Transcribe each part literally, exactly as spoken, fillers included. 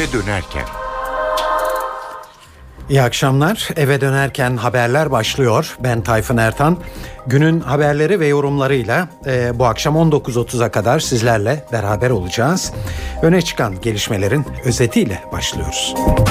Eve dönerken. İyi akşamlar. Eve dönerken haberler başlıyor. Ben Tayfun Ertan. Günün haberleri ve yorumlarıyla e, bu akşam on dokuz otuza kadar sizlerle beraber olacağız. Öne çıkan gelişmelerin özetiyle başlıyoruz.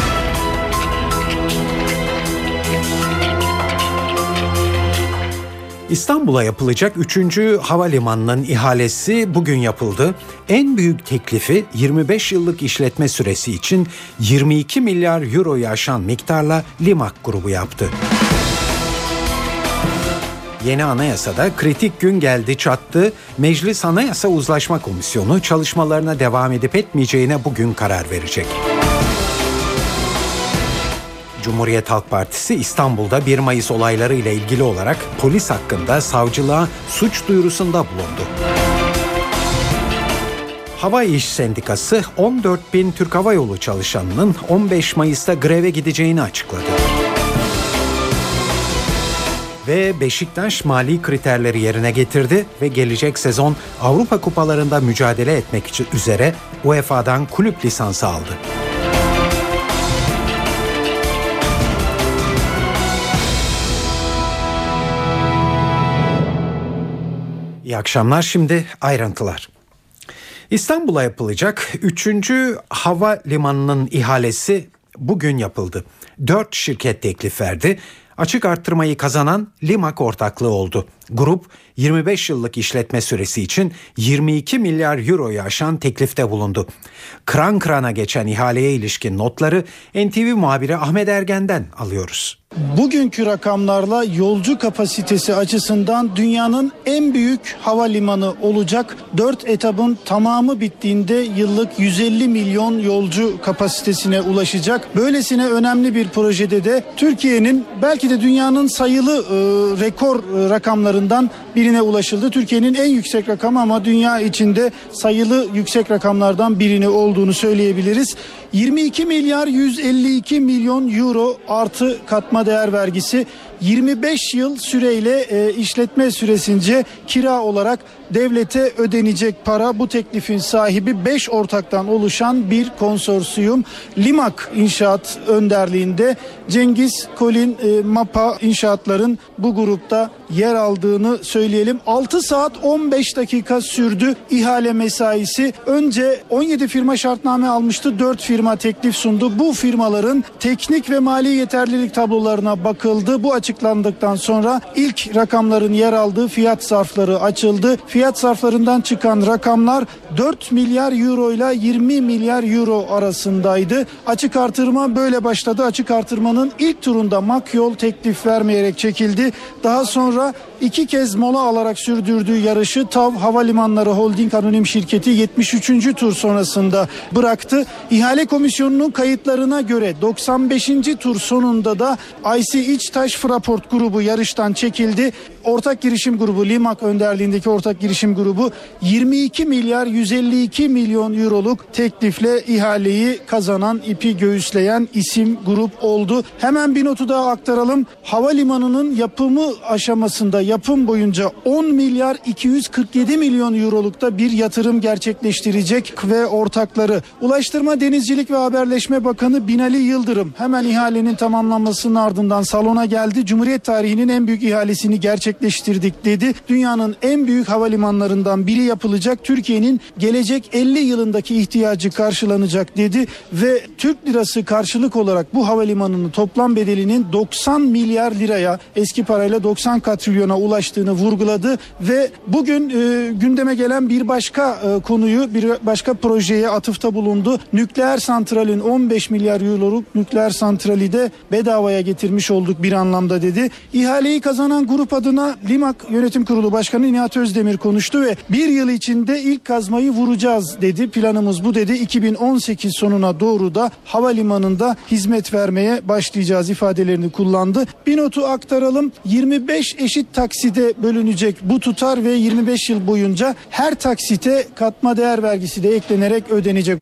İstanbul'a yapılacak üçüncü havalimanının ihalesi bugün yapıldı. En büyük teklifi yirmi beş yıllık işletme süresi için yirmi iki milyar euroyu aşan miktarla Limak grubu yaptı. Yeni anayasada kritik gün geldi çattı. Meclis Anayasa Uzlaşma Komisyonu çalışmalarına devam edip etmeyeceğine bugün karar verecek. Cumhuriyet Halk Partisi İstanbul'da bir Mayıs olayları ile ilgili olarak polis hakkında savcılığa suç duyurusunda bulundu. Hava İş Sendikası on dört bin Türk Hava Yolu çalışanının on beş Mayıs'ta greve gideceğini açıkladı. Ve Beşiktaş mali kriterleri yerine getirdi ve gelecek sezon Avrupa Kupalarında mücadele etmek için üzere U E F A'dan kulüp lisansı aldı. İyi akşamlar, şimdi ayrıntılar. İstanbul'a yapılacak üçüncü havalimanının ihalesi bugün yapıldı. dört şirket teklif verdi. Açık arttırmayı kazanan Limak ortaklığı oldu. Grup yirmi beş yıllık işletme süresi için yirmi iki milyar euroyu aşan teklifte bulundu. Kıran kırana geçen ihaleye ilişkin notları N T V muhabiri Ahmet Ergen'den alıyoruz. Bugünkü rakamlarla yolcu kapasitesi açısından dünyanın en büyük havalimanı olacak. dört etabın tamamı bittiğinde yıllık yüz elli milyon yolcu kapasitesine ulaşacak. Böylesine önemli bir projede de Türkiye'nin belki de dünyanın sayılı e, rekor e, rakamlarından birine ulaşıldı. Türkiye'nin en yüksek rakamı ama dünya içinde sayılı yüksek rakamlardan birini olduğunu söyleyebiliriz. yirmi iki milyar yüz elli iki milyon euro artı katma değer vergisi yirmi beş yıl süreyle e, işletme süresince kira olarak devlete ödenecek para. Bu teklifin sahibi beş ortaktan oluşan bir konsorsiyum. Limak İnşaat önderliğinde Cengiz Kolin e, Mapa İnşaatların bu grupta yer aldığını söyleyelim. altı saat on beş dakika sürdü ihale mesaisi. Önce on yedi firma şartname almıştı. dört firma teklif sundu. Bu firmaların teknik ve mali yeterlilik tablolarına bakıldı. Bu açıklandıktan sonra ilk rakamların yer aldığı fiyat zarfları açıldı. Fiyat zarflarından çıkan rakamlar dört milyar euro ile yirmi milyar euro arasındaydı. Açık artırma böyle başladı. Açık artırmanın ilk turunda Makyol teklif vermeyerek çekildi. Daha sonra iki kez mola alarak sürdürdüğü yarışı TAV Havalimanları Holding Anonim Şirketi yetmiş üçüncü tur sonrasında bıraktı. İhale komisyonunun kayıtlarına göre doksan beşinci tur sonunda da I C İçtaş Fraport grubu yarıştan çekildi. Ortak girişim grubu Limak önderliğindeki ortak girişim grubu yirmi iki milyar yüz elli iki milyon euroluk teklifle ihaleyi kazanan, ipi göğüsleyen isim grup oldu. Hemen bir notu daha aktaralım. Havalimanının yapımı aşamasında yapım boyunca on milyar iki yüz kırk yedi milyon eurolukta bir yatırım gerçekleştirecek ve ortakları Ulaştırma, Denizcilik ve Haberleşme Bakanı Binali Yıldırım hemen ihalenin tamamlanmasının ardından salona geldi. Cumhuriyet tarihinin en büyük ihalesini gerçekleştirdik dedi. Dünyanın en büyük havalimanlarından biri yapılacak. Türkiye'nin gelecek elli yılındaki ihtiyacı karşılanacak dedi ve Türk lirası karşılık olarak bu havalimanının toplam bedelinin doksan milyar liraya, eski parayla doksan katrilyona ulaştığını vurguladı ve bugün e, gündeme gelen bir başka e, konuyu, bir başka projeye atıfta bulundu. Nükleer santralin on beş milyar euroluk nükleer santrali de bedavaya getirmiş olduk bir anlamda dedi. İhaleyi kazanan grup adına Limak Yönetim Kurulu Başkanı Nihat Özdemir konuştu ve bir yıl içinde ilk kazmayı vuracağız dedi. Planımız bu dedi. iki bin on sekiz sonuna doğru da havalimanında hizmet vermeye başlayacağız ifadelerini kullandı. Bir notu aktaralım. yirmi beş eşit takside bölünecek bu tutar ve yirmi beş yıl boyunca her taksite katma değer vergisi de eklenerek ödenecek.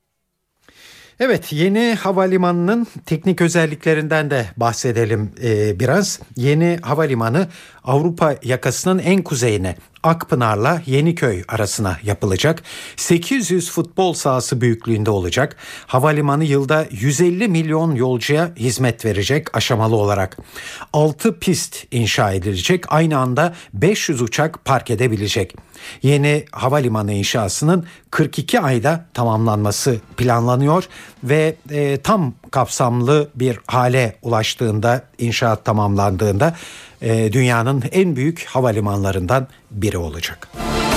Evet, yeni havalimanının teknik özelliklerinden de bahsedelim ee, biraz. Yeni havalimanı Avrupa yakasının en kuzeyine Akpınar'la Yeniköy arasına yapılacak. sekiz yüz futbol sahası büyüklüğünde olacak. Havalimanı yılda yüz elli milyon yolcuya hizmet verecek aşamalı olarak. altı pist inşa edilecek. Aynı anda beş yüz uçak park edebilecek. Yeni havalimanı inşasının kırk iki ayda tamamlanması planlanıyor ve e, tam kapsamlı bir hale ulaştığında, inşaat tamamlandığında e, dünyanın en büyük havalimanlarından biri olacak.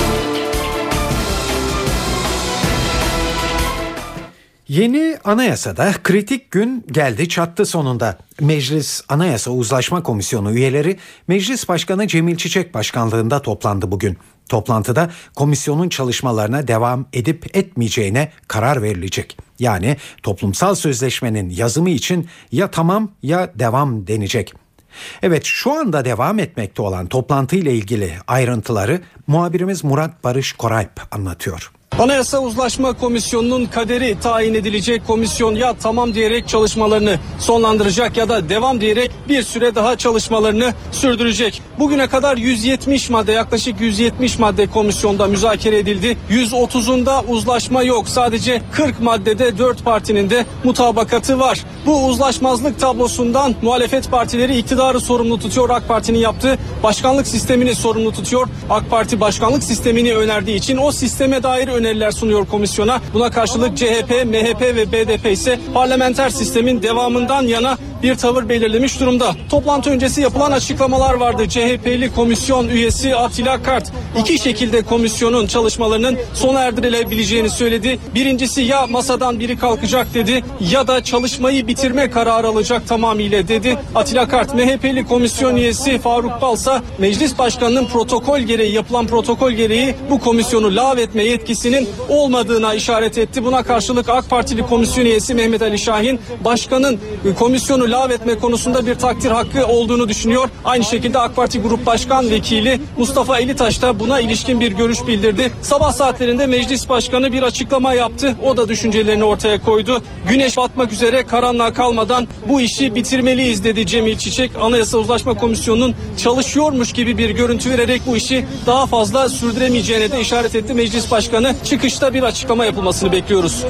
Yeni anayasada kritik gün geldi çattı sonunda. Meclis Anayasa Uzlaşma Komisyonu üyeleri Meclis Başkanı Cemil Çiçek başkanlığında toplandı bugün. Toplantıda komisyonun çalışmalarına devam edip etmeyeceğine karar verilecek. Yani toplumsal sözleşmenin yazımı için ya tamam ya devam denecek. Evet, şu anda devam etmekte olan toplantıyla ilgili ayrıntıları muhabirimiz Murat Barış Koralp anlatıyor. Anayasa Uzlaşma Komisyonu'nun kaderi tayin edilecek. Komisyon ya tamam diyerek çalışmalarını sonlandıracak ya da devam diyerek bir süre daha çalışmalarını sürdürecek. Bugüne kadar yüz yetmiş madde, yaklaşık yüz yetmiş madde komisyonda müzakere edildi. yüz otuzunda uzlaşma yok. Sadece kırk maddede dört partinin de mutabakatı var. Bu uzlaşmazlık tablosundan muhalefet partileri iktidarı sorumlu tutuyor. AK Parti'nin yaptığı başkanlık sistemini sorumlu tutuyor. AK Parti başkanlık sistemini önerdiği için o sisteme dair öneriler sunuyor komisyona. Buna karşılık C H P, M H P ve B D P ise parlamenter sistemin devamından yana bir tavır belirlemiş durumda. Toplantı öncesi yapılan açıklamalar vardı. C H P'li komisyon üyesi Atilla Kart iki şekilde komisyonun çalışmalarının sona erdirilebileceğini söyledi. Birincisi ya masadan biri kalkacak dedi ya da çalışmayı bitirme kararı alacak tamamıyla dedi. Atilla Kart, M H P'li komisyon üyesi Faruk Balsa Meclis Başkanı'nın protokol gereği yapılan protokol gereği bu komisyonu lağvetme yetkisinin olmadığına işaret etti. Buna karşılık AK Partili komisyon üyesi Mehmet Ali Şahin başkanın komisyonu lağvetme konusunda bir takdir hakkı olduğunu düşünüyor. Aynı şekilde AK Parti Grup Başkan Vekili Mustafa Elitaş da buna ilişkin bir görüş bildirdi. Sabah saatlerinde Meclis Başkanı bir açıklama yaptı. O da düşüncelerini ortaya koydu. Güneş batmak üzere, karanlığa kalmadan bu işi bitirmeliyiz dedi Cemil Çiçek. Anayasa Uzlaşma Komisyonu'nun çalışıyormuş gibi bir görüntü vererek bu işi daha fazla sürdüremeyeceğine de işaret etti Meclis Başkanı. Çıkışta bir açıklama yapılmasını bekliyoruz.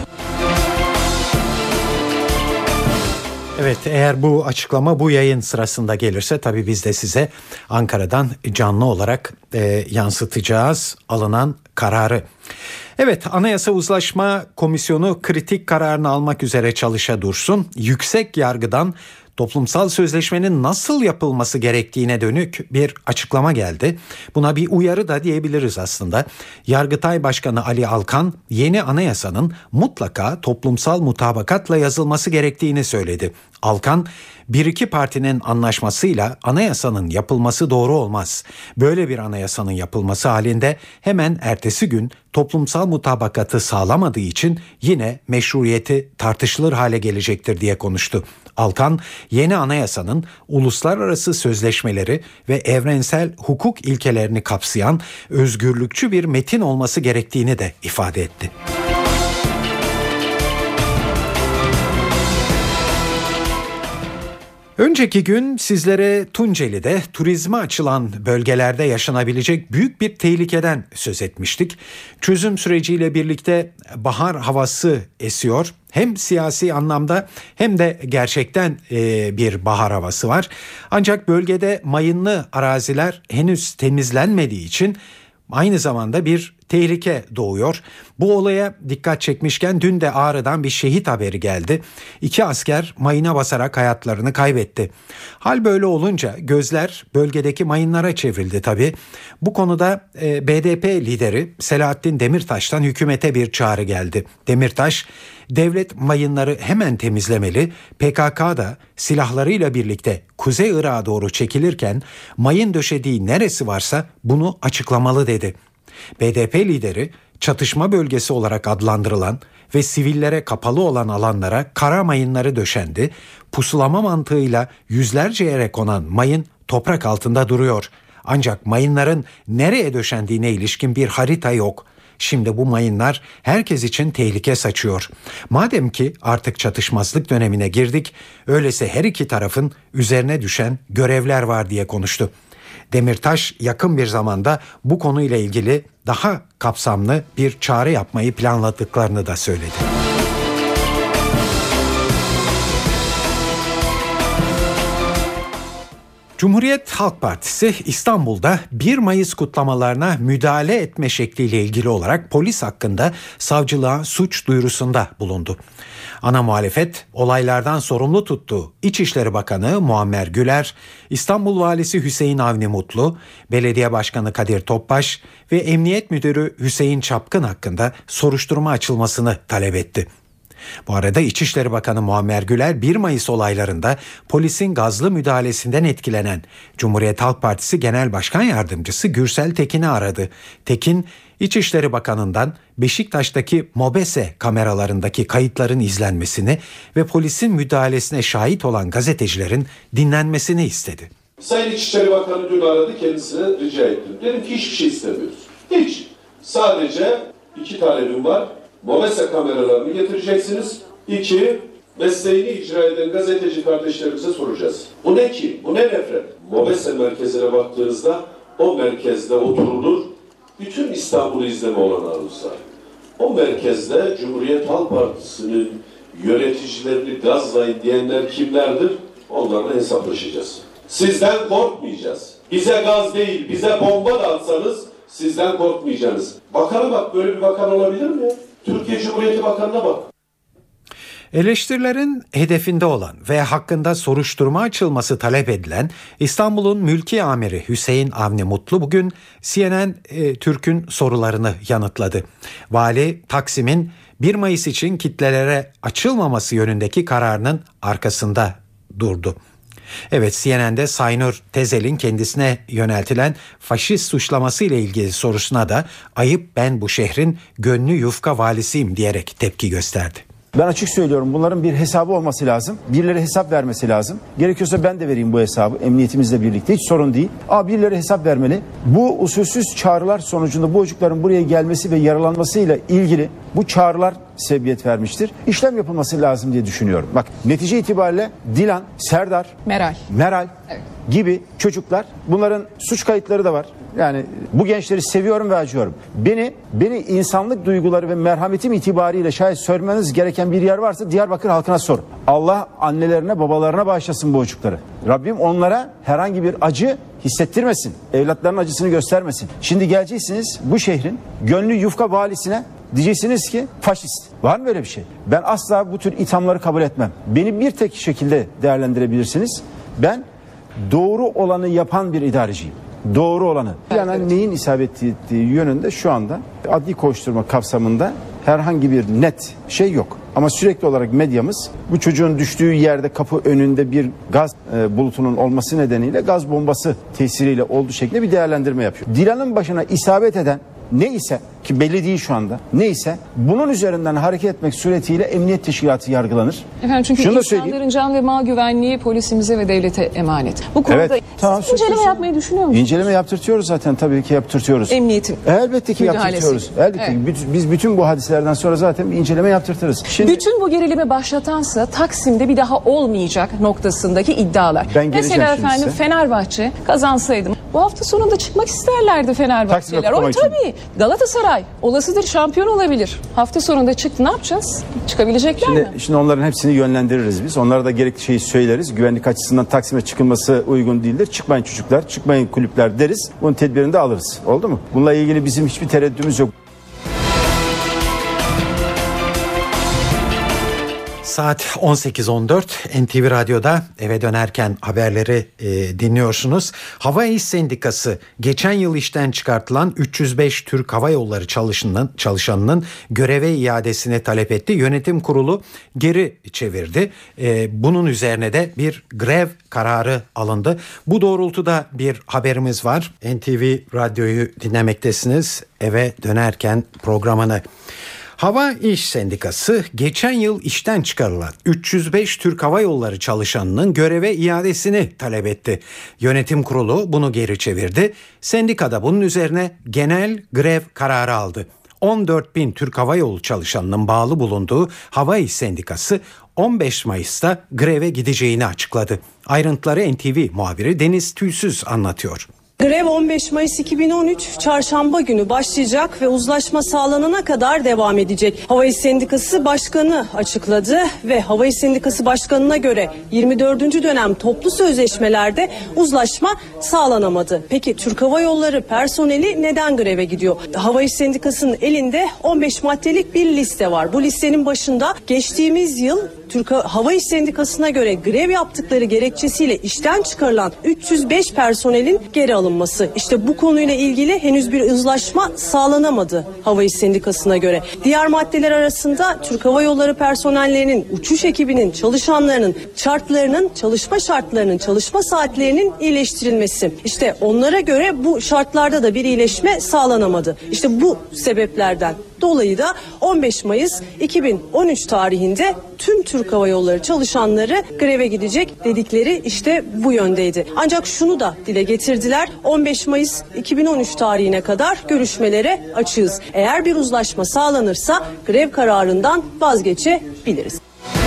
Evet, eğer bu açıklama bu yayın sırasında gelirse tabii biz de size Ankara'dan canlı olarak e, yansıtacağız alınan kararı. Evet, Anayasa Uzlaşma Komisyonu kritik kararını almak üzere çalışa dursun. Yüksek Yargı'dan toplumsal sözleşmenin nasıl yapılması gerektiğine dönük bir açıklama geldi. Buna bir uyarı da diyebiliriz aslında. Yargıtay Başkanı Ali Alkan yeni anayasanın mutlaka toplumsal mutabakatla yazılması gerektiğini söyledi. Alkan, bir iki partinin anlaşmasıyla anayasanın yapılması doğru olmaz. Böyle bir anayasanın yapılması halinde hemen ertesi gün toplumsal mutabakatı sağlamadığı için yine meşruiyeti tartışılır hale gelecektir diye konuştu. Alkan, yeni anayasanın uluslararası sözleşmeleri ve evrensel hukuk ilkelerini kapsayan özgürlükçü bir metin olması gerektiğini de ifade etti. Önceki gün sizlere Tunceli'de turizme açılan bölgelerde yaşanabilecek büyük bir tehlikeden söz etmiştik. Çözüm süreciyle birlikte bahar havası esiyor. Hem siyasi anlamda hem de gerçekten e, bir bahar havası var. Ancak bölgede mayınlı araziler henüz temizlenmediği için aynı zamanda bir tehlike doğuyor. Bu olaya dikkat çekmişken dün de Ağrı'dan bir şehit haberi geldi. İki asker mayına basarak hayatlarını kaybetti. Hal böyle olunca gözler bölgedeki mayınlara çevrildi tabii. Bu konuda e, B D P lideri Selahattin Demirtaş'tan hükümete bir çağrı geldi. Demirtaş, devlet mayınları hemen temizlemeli, P K K da silahlarıyla birlikte Kuzey Irak'a doğru çekilirken mayın döşediği neresi varsa bunu açıklamalı dedi. B D P lideri çatışma bölgesi olarak adlandırılan ve sivillere kapalı olan alanlara kara mayınları döşendi. Pusulama mantığıyla yüzlerce yere konan mayın toprak altında duruyor. Ancak mayınların nereye döşendiğine ilişkin bir harita yok. Şimdi bu mayınlar herkes için tehlike saçıyor. Madem ki artık çatışmazlık dönemine girdik, öyleyse her iki tarafın üzerine düşen görevler var diye konuştu. Demirtaş yakın bir zamanda bu konuyla ilgili daha kapsamlı bir çağrı yapmayı planladıklarını da söyledi. Cumhuriyet Halk Partisi İstanbul'da bir Mayıs kutlamalarına müdahale etme şekliyle ilgili olarak polis hakkında savcılığa suç duyurusunda bulundu. Ana muhalefet olaylardan sorumlu tuttuğu İçişleri Bakanı Muammer Güler, İstanbul Valisi Hüseyin Avni Mutlu, Belediye Başkanı Kadir Topbaş ve Emniyet Müdürü Hüseyin Çapkın hakkında soruşturma açılmasını talep etti. Bu arada İçişleri Bakanı Muammer Güler bir Mayıs olaylarında polisin gazlı müdahalesinden etkilenen Cumhuriyet Halk Partisi Genel Başkan Yardımcısı Gürsel Tekin'i aradı. Tekin, İçişleri Bakanı'ndan Beşiktaş'taki MOBESE kameralarındaki kayıtların izlenmesini ve polisin müdahalesine şahit olan gazetecilerin dinlenmesini istedi. Sayın İçişleri Bakanı dün aradı, kendisine rica ettim. Dedim ki hiçbir şey istemiyoruz. Hiç. Sadece iki talebim var. MOBESE kameralarını getireceksiniz. İki, mesleğini icra eden gazeteci kardeşlerimize soracağız. Bu ne ki? Bu ne nefret? MOBESE merkezine baktığınızda o merkezde oturulur. Bütün İstanbul'u izleme olanağınız var. O merkezde Cumhuriyet Halk Partisi'nin yöneticilerini gazlayın diyenler kimlerdir? Onlarla hesaplaşacağız. Sizden korkmayacağız. Bize gaz değil, bize bomba da atsanız sizden korkmayacağız. Bakana bak, böyle bir bakan olabilir mi ya? Türkiye Cumhuriyeti Bakanı'na bak. Eleştirilerin hedefinde olan ve hakkında soruşturma açılması talep edilen İstanbul'un mülki amiri Hüseyin Avni Mutlu bugün C N N e, Türk'ün sorularını yanıtladı. Vali Taksim'in bir Mayıs için kitlelere açılmaması yönündeki kararının arkasında durdu. Evet, C N N'de Saynur Tezel'in kendisine yöneltilen faşist suçlaması ile ilgili sorusuna da ayıp, ben bu şehrin gönlü yufka valisiyim diyerek tepki gösterdi. Ben açık söylüyorum, bunların bir hesabı olması lazım. Birileri hesap vermesi lazım. Gerekiyorsa ben de vereyim bu hesabı emniyetimizle birlikte, hiç sorun değil. Ama birileri hesap vermeli. Bu usulsüz çağrılar sonucunda bu çocukların buraya gelmesi ve yaralanmasıyla ilgili bu çağrılar sebebiyet vermiştir. İşlem yapılması lazım diye düşünüyorum. Bak, netice itibariyle Dilan, Serdar, Meral, Meral evet. gibi çocuklar, bunların suç kayıtları da var. Yani bu gençleri seviyorum ve acıyorum. Beni beni insanlık duyguları ve merhametim itibariyle şayet sormanız gereken bir yer varsa Diyarbakır halkına sor. Allah annelerine, babalarına bağışlasın bu çocukları. Rabbim onlara herhangi bir acı hissettirmesin. Evlatlarının acısını göstermesin. Şimdi geleceksiniz bu şehrin gönlü yufka valisine, diyeceksiniz ki faşist. Var mı böyle bir şey? Ben asla bu tür ithamları kabul etmem. Beni bir tek şekilde değerlendirebilirsiniz. Ben doğru olanı yapan bir idareciyim. Doğru olanı. Yani evet. Neyin isabet ettiği yönünde şu anda adli koşturma kapsamında herhangi bir net şey yok. Ama sürekli olarak medyamız bu çocuğun düştüğü yerde kapı önünde bir gaz e, bulutunun olması nedeniyle gaz bombası tesiriyle olduğu şeklinde bir değerlendirme yapıyor. Dilan'ın başına isabet eden ne ise, ki belli değil şu anda, ne ise bunun üzerinden hareket etmek suretiyle emniyet teşkilatı yargılanır. Efendim, çünkü Şunu insanların can ve mal güvenliği polisimize ve devlete emanet. Bu konuda evet, tamam, siz inceleme yapmayı düşünüyor musunuz? İnceleme yaptırtıyoruz zaten, tabii ki yaptırtıyoruz. Emniyetin Elbette ki yaptırtıyoruz. Elbette evet. ki. Biz bütün bu hadiselerden sonra zaten bir inceleme yaptırtırız. Şimdi, bütün bu gerilimi başlatansa Taksim'de bir daha olmayacak noktasındaki iddialar. Ben Mesela efendim size. Fenerbahçe kazansaydı bu hafta sonunda çıkmak isterlerdi Fenerbahçeliler. O tabii Galatasaray olasıdır şampiyon olabilir. Hafta sonunda çıktı, ne yapacağız? Çıkabilecekler şimdi, mi? Şimdi onların hepsini yönlendiririz biz. Onlara da gerekli şeyi söyleriz. Güvenlik açısından Taksim'e çıkılması uygun değildir. Çıkmayın çocuklar, çıkmayın kulüpler deriz. Bunun tedbirini de alırız. Oldu mu? Bununla ilgili bizim hiçbir tereddütümüz yok. Saat on sekiz on dört N T V Radyo'da eve dönerken haberleri e, dinliyorsunuz. Hava İş Sendikası geçen yıl işten çıkartılan üç yüz beş Türk Hava Yolları çalışanının, çalışanının göreve iadesini talep etti. Yönetim kurulu geri çevirdi. E, bunun üzerine de bir grev kararı alındı. Bu doğrultuda bir haberimiz var. N T V Radyo'yu dinlemektesiniz eve dönerken programını. Hava İş Sendikası geçen yıl işten çıkarılan üç yüz beş Türk Hava Yolları çalışanının göreve iadesini talep etti. Yönetim kurulu bunu geri çevirdi. Sendikada bunun üzerine genel grev kararı aldı. on dört bin Türk Hava Yolu çalışanının bağlı bulunduğu Hava İş Sendikası on beş Mayıs'ta greve gideceğini açıkladı. Ayrıntıları N T V muhabiri Deniz Tüysüz anlatıyor. Grev on beş Mayıs iki bin on üç Çarşamba günü başlayacak ve uzlaşma sağlanana kadar devam edecek. Hava İş Sendikası Başkanı açıkladı ve Hava İş Sendikası Başkanı'na göre yirmi dördüncü dönem toplu sözleşmelerde uzlaşma sağlanamadı. Peki Türk Hava Yolları personeli neden greve gidiyor? Hava İş Sendikası'nın elinde on beş maddelik bir liste var. Bu listenin başında geçtiğimiz yıl Türk Hava İş Sendikası'na göre grev yaptıkları gerekçesiyle işten çıkarılan üç yüz beş personelin geri alınması. İşte bu konuyla ilgili henüz bir uzlaşma sağlanamadı Hava İş Sendikası'na göre. Diğer maddeler arasında Türk Hava Yolları personellerinin, uçuş ekibinin, çalışanlarının şartlarının, çalışma şartlarının, çalışma saatlerinin iyileştirilmesi. İşte onlara göre bu şartlarda da bir iyileşme sağlanamadı. İşte bu sebeplerden dolayı da on beş Mayıs iki bin on üç tarihinde tüm Türk Hava Yolları çalışanları greve gidecek dedikleri işte bu yöndeydi. Ancak şunu da dile getirdiler. on beş Mayıs iki bin on üç tarihine kadar görüşmelere açığız. Eğer bir uzlaşma sağlanırsa grev kararından vazgeçebiliriz.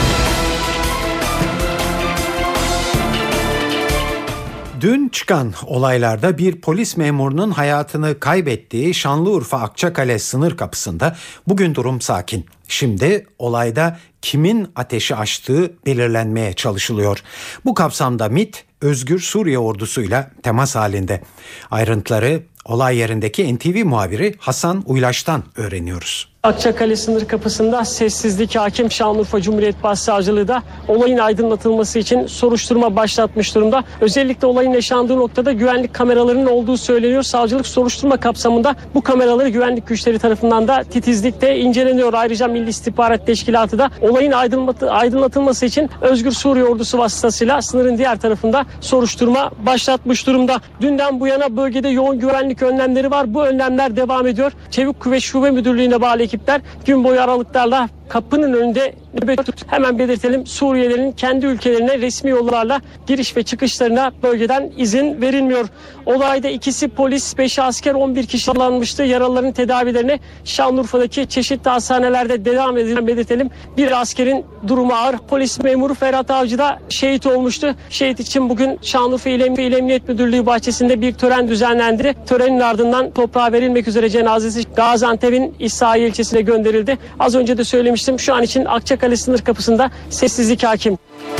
Dün çıkan olaylarda bir polis memurunun hayatını kaybettiği Şanlıurfa Akçakale sınır kapısında bugün durum sakin. Şimdi olayda kimin ateşi açtığı belirlenmeye çalışılıyor. Bu kapsamda MİT, Özgür Suriye ordusuyla temas halinde. Ayrıntıları olay yerindeki N T V muhabiri Hasan Uylaş'tan öğreniyoruz. Akçakale sınır kapısında sessizlik hakim. Şanlıurfa Cumhuriyet Başsavcılığı da olayın aydınlatılması için soruşturma başlatmış durumda. Özellikle olayın yaşandığı noktada güvenlik kameralarının olduğu söyleniyor. Savcılık soruşturma kapsamında bu kameraları güvenlik güçleri tarafından da titizlikle inceleniyor. Ayrıca Milli İstihbarat Teşkilatı da olayın aydınlatılması için Özgür Suriye ordusu vasıtasıyla sınırın diğer tarafında soruşturma başlatmış durumda. Dünden bu yana bölgede yoğun güvenlik önlemleri var. Bu önlemler devam ediyor. Çevik Kuvvet Şube Müdürlüğü'ne bağlı ekipler gün boyu aralıklarla kapının önünde nöbet tut. Hemen belirtelim, Suriyelilerin kendi ülkelerine resmi yollarla giriş ve çıkışlarına bölgeden izin verilmiyor. Olayda ikisi polis, beşi asker, on bir kişi yaralanmıştı. Yaralıların tedavilerine Şanlıurfa'daki çeşitli hastanelerde devam edilen belirtelim. Bir askerin durumu ağır. Polis memuru Ferhat Avcı da şehit olmuştu. Şehit için bugün Şanlıurfa İl Emniyet Müdürlüğü bahçesinde bir tören düzenlendi. Törenin ardından toprağa verilmek üzere cenazesi Gaziantep'in İsrail ilçesine gönderildi. Az önce de söylemiştim. Şu an için Akçakale sınır kapısında sessizlik hakim.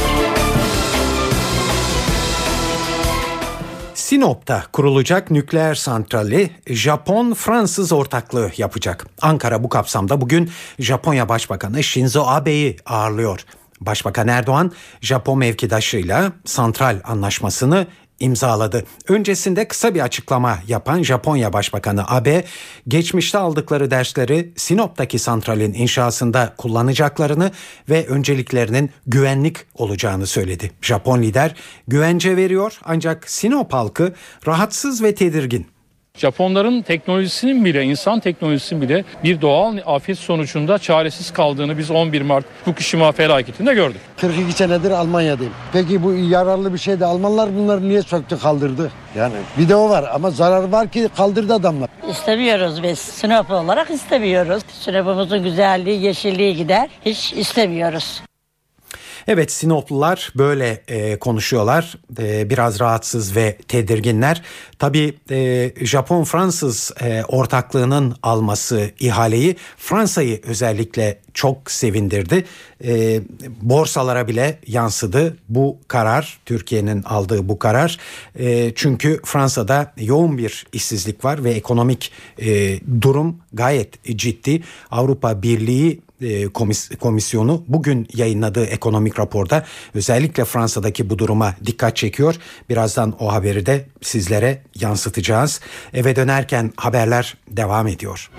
Sinop'ta kurulacak nükleer santrali Japon-Fransız ortaklığı yapacak. Ankara bu kapsamda bugün Japonya Başbakanı Shinzo Abe'yi ağırlıyor. Başbakan Erdoğan, Japon mevkidaşıyla santral anlaşmasını imzaladı. Öncesinde kısa bir açıklama yapan Japonya Başbakanı Abe, geçmişte aldıkları dersleri Sinop'taki santralin inşasında kullanacaklarını ve önceliklerinin güvenlik olacağını söyledi. Japon lider güvence veriyor ancak Sinop halkı rahatsız ve tedirgin. Japonların teknolojisinin bile, insan teknolojisinin bile bir doğal afet sonucunda çaresiz kaldığını biz on bir Mart Fukushima felaketinde gördük. kırk iki senedir Almanya'dayım. Peki bu yararlı bir şey de Almanlar bunları niye söktü kaldırdı? Yani video var ama zarar var ki kaldırdı adamlar. İstemiyoruz biz. Sinop olarak istemiyoruz. Sinop'umuzun güzelliği, yeşilliği gider. Hiç istemiyoruz. Evet, Sinoplular böyle e, konuşuyorlar. E, biraz rahatsız ve tedirginler. Tabii e, Japon-Fransız e, ortaklığının alması ihaleyi Fransa'yı özellikle çok sevindirdi. E, borsalara bile yansıdı bu karar, Türkiye'nin aldığı bu karar. E, çünkü Fransa'da yoğun bir işsizlik var ve ekonomik e, durum gayet ciddi. Avrupa Birliği Komisyonu bugün yayınladığı ekonomik raporda özellikle Fransa'daki bu duruma dikkat çekiyor. Birazdan o haberi de sizlere yansıtacağız. Eve dönerken haberler devam ediyor.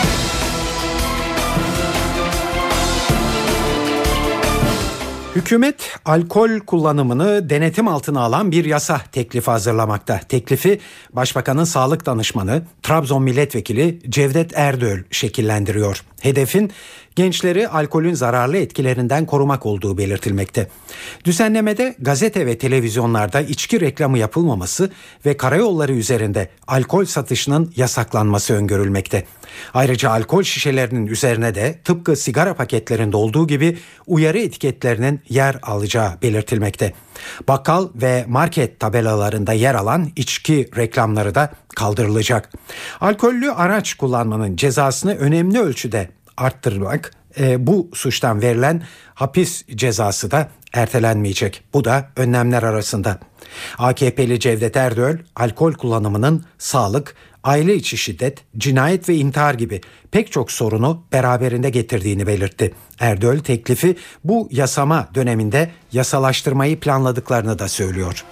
Hükümet alkol kullanımını denetim altına alan bir yasa teklifi hazırlamakta. Teklifi Başbakanın sağlık danışmanı Trabzon Milletvekili Cevdet Erdöl şekillendiriyor. Hedefin gençleri alkolün zararlı etkilerinden korumak olduğu belirtilmekte. Düzenlemede gazete ve televizyonlarda içki reklamı yapılmaması ve karayolları üzerinde alkol satışının yasaklanması öngörülmekte. Ayrıca alkol şişelerinin üzerine de tıpkı sigara paketlerinde olduğu gibi uyarı etiketlerinin yer alacağı belirtilmekte. Bakkal ve market tabelalarında yer alan içki reklamları da kaldırılacak. Alkollü araç kullanmanın cezasını önemli ölçüde arttırmak, e, bu suçtan verilen hapis cezası da ertelenmeyecek. Bu da önlemler arasında. A K P'li Cevdet Erdoğan, alkol kullanımının sağlık, aile içi şiddet, cinayet ve intihar gibi pek çok sorunu beraberinde getirdiğini belirtti. Erdoğan teklifi bu yasama döneminde yasalaştırmayı planladıklarını da söylüyor.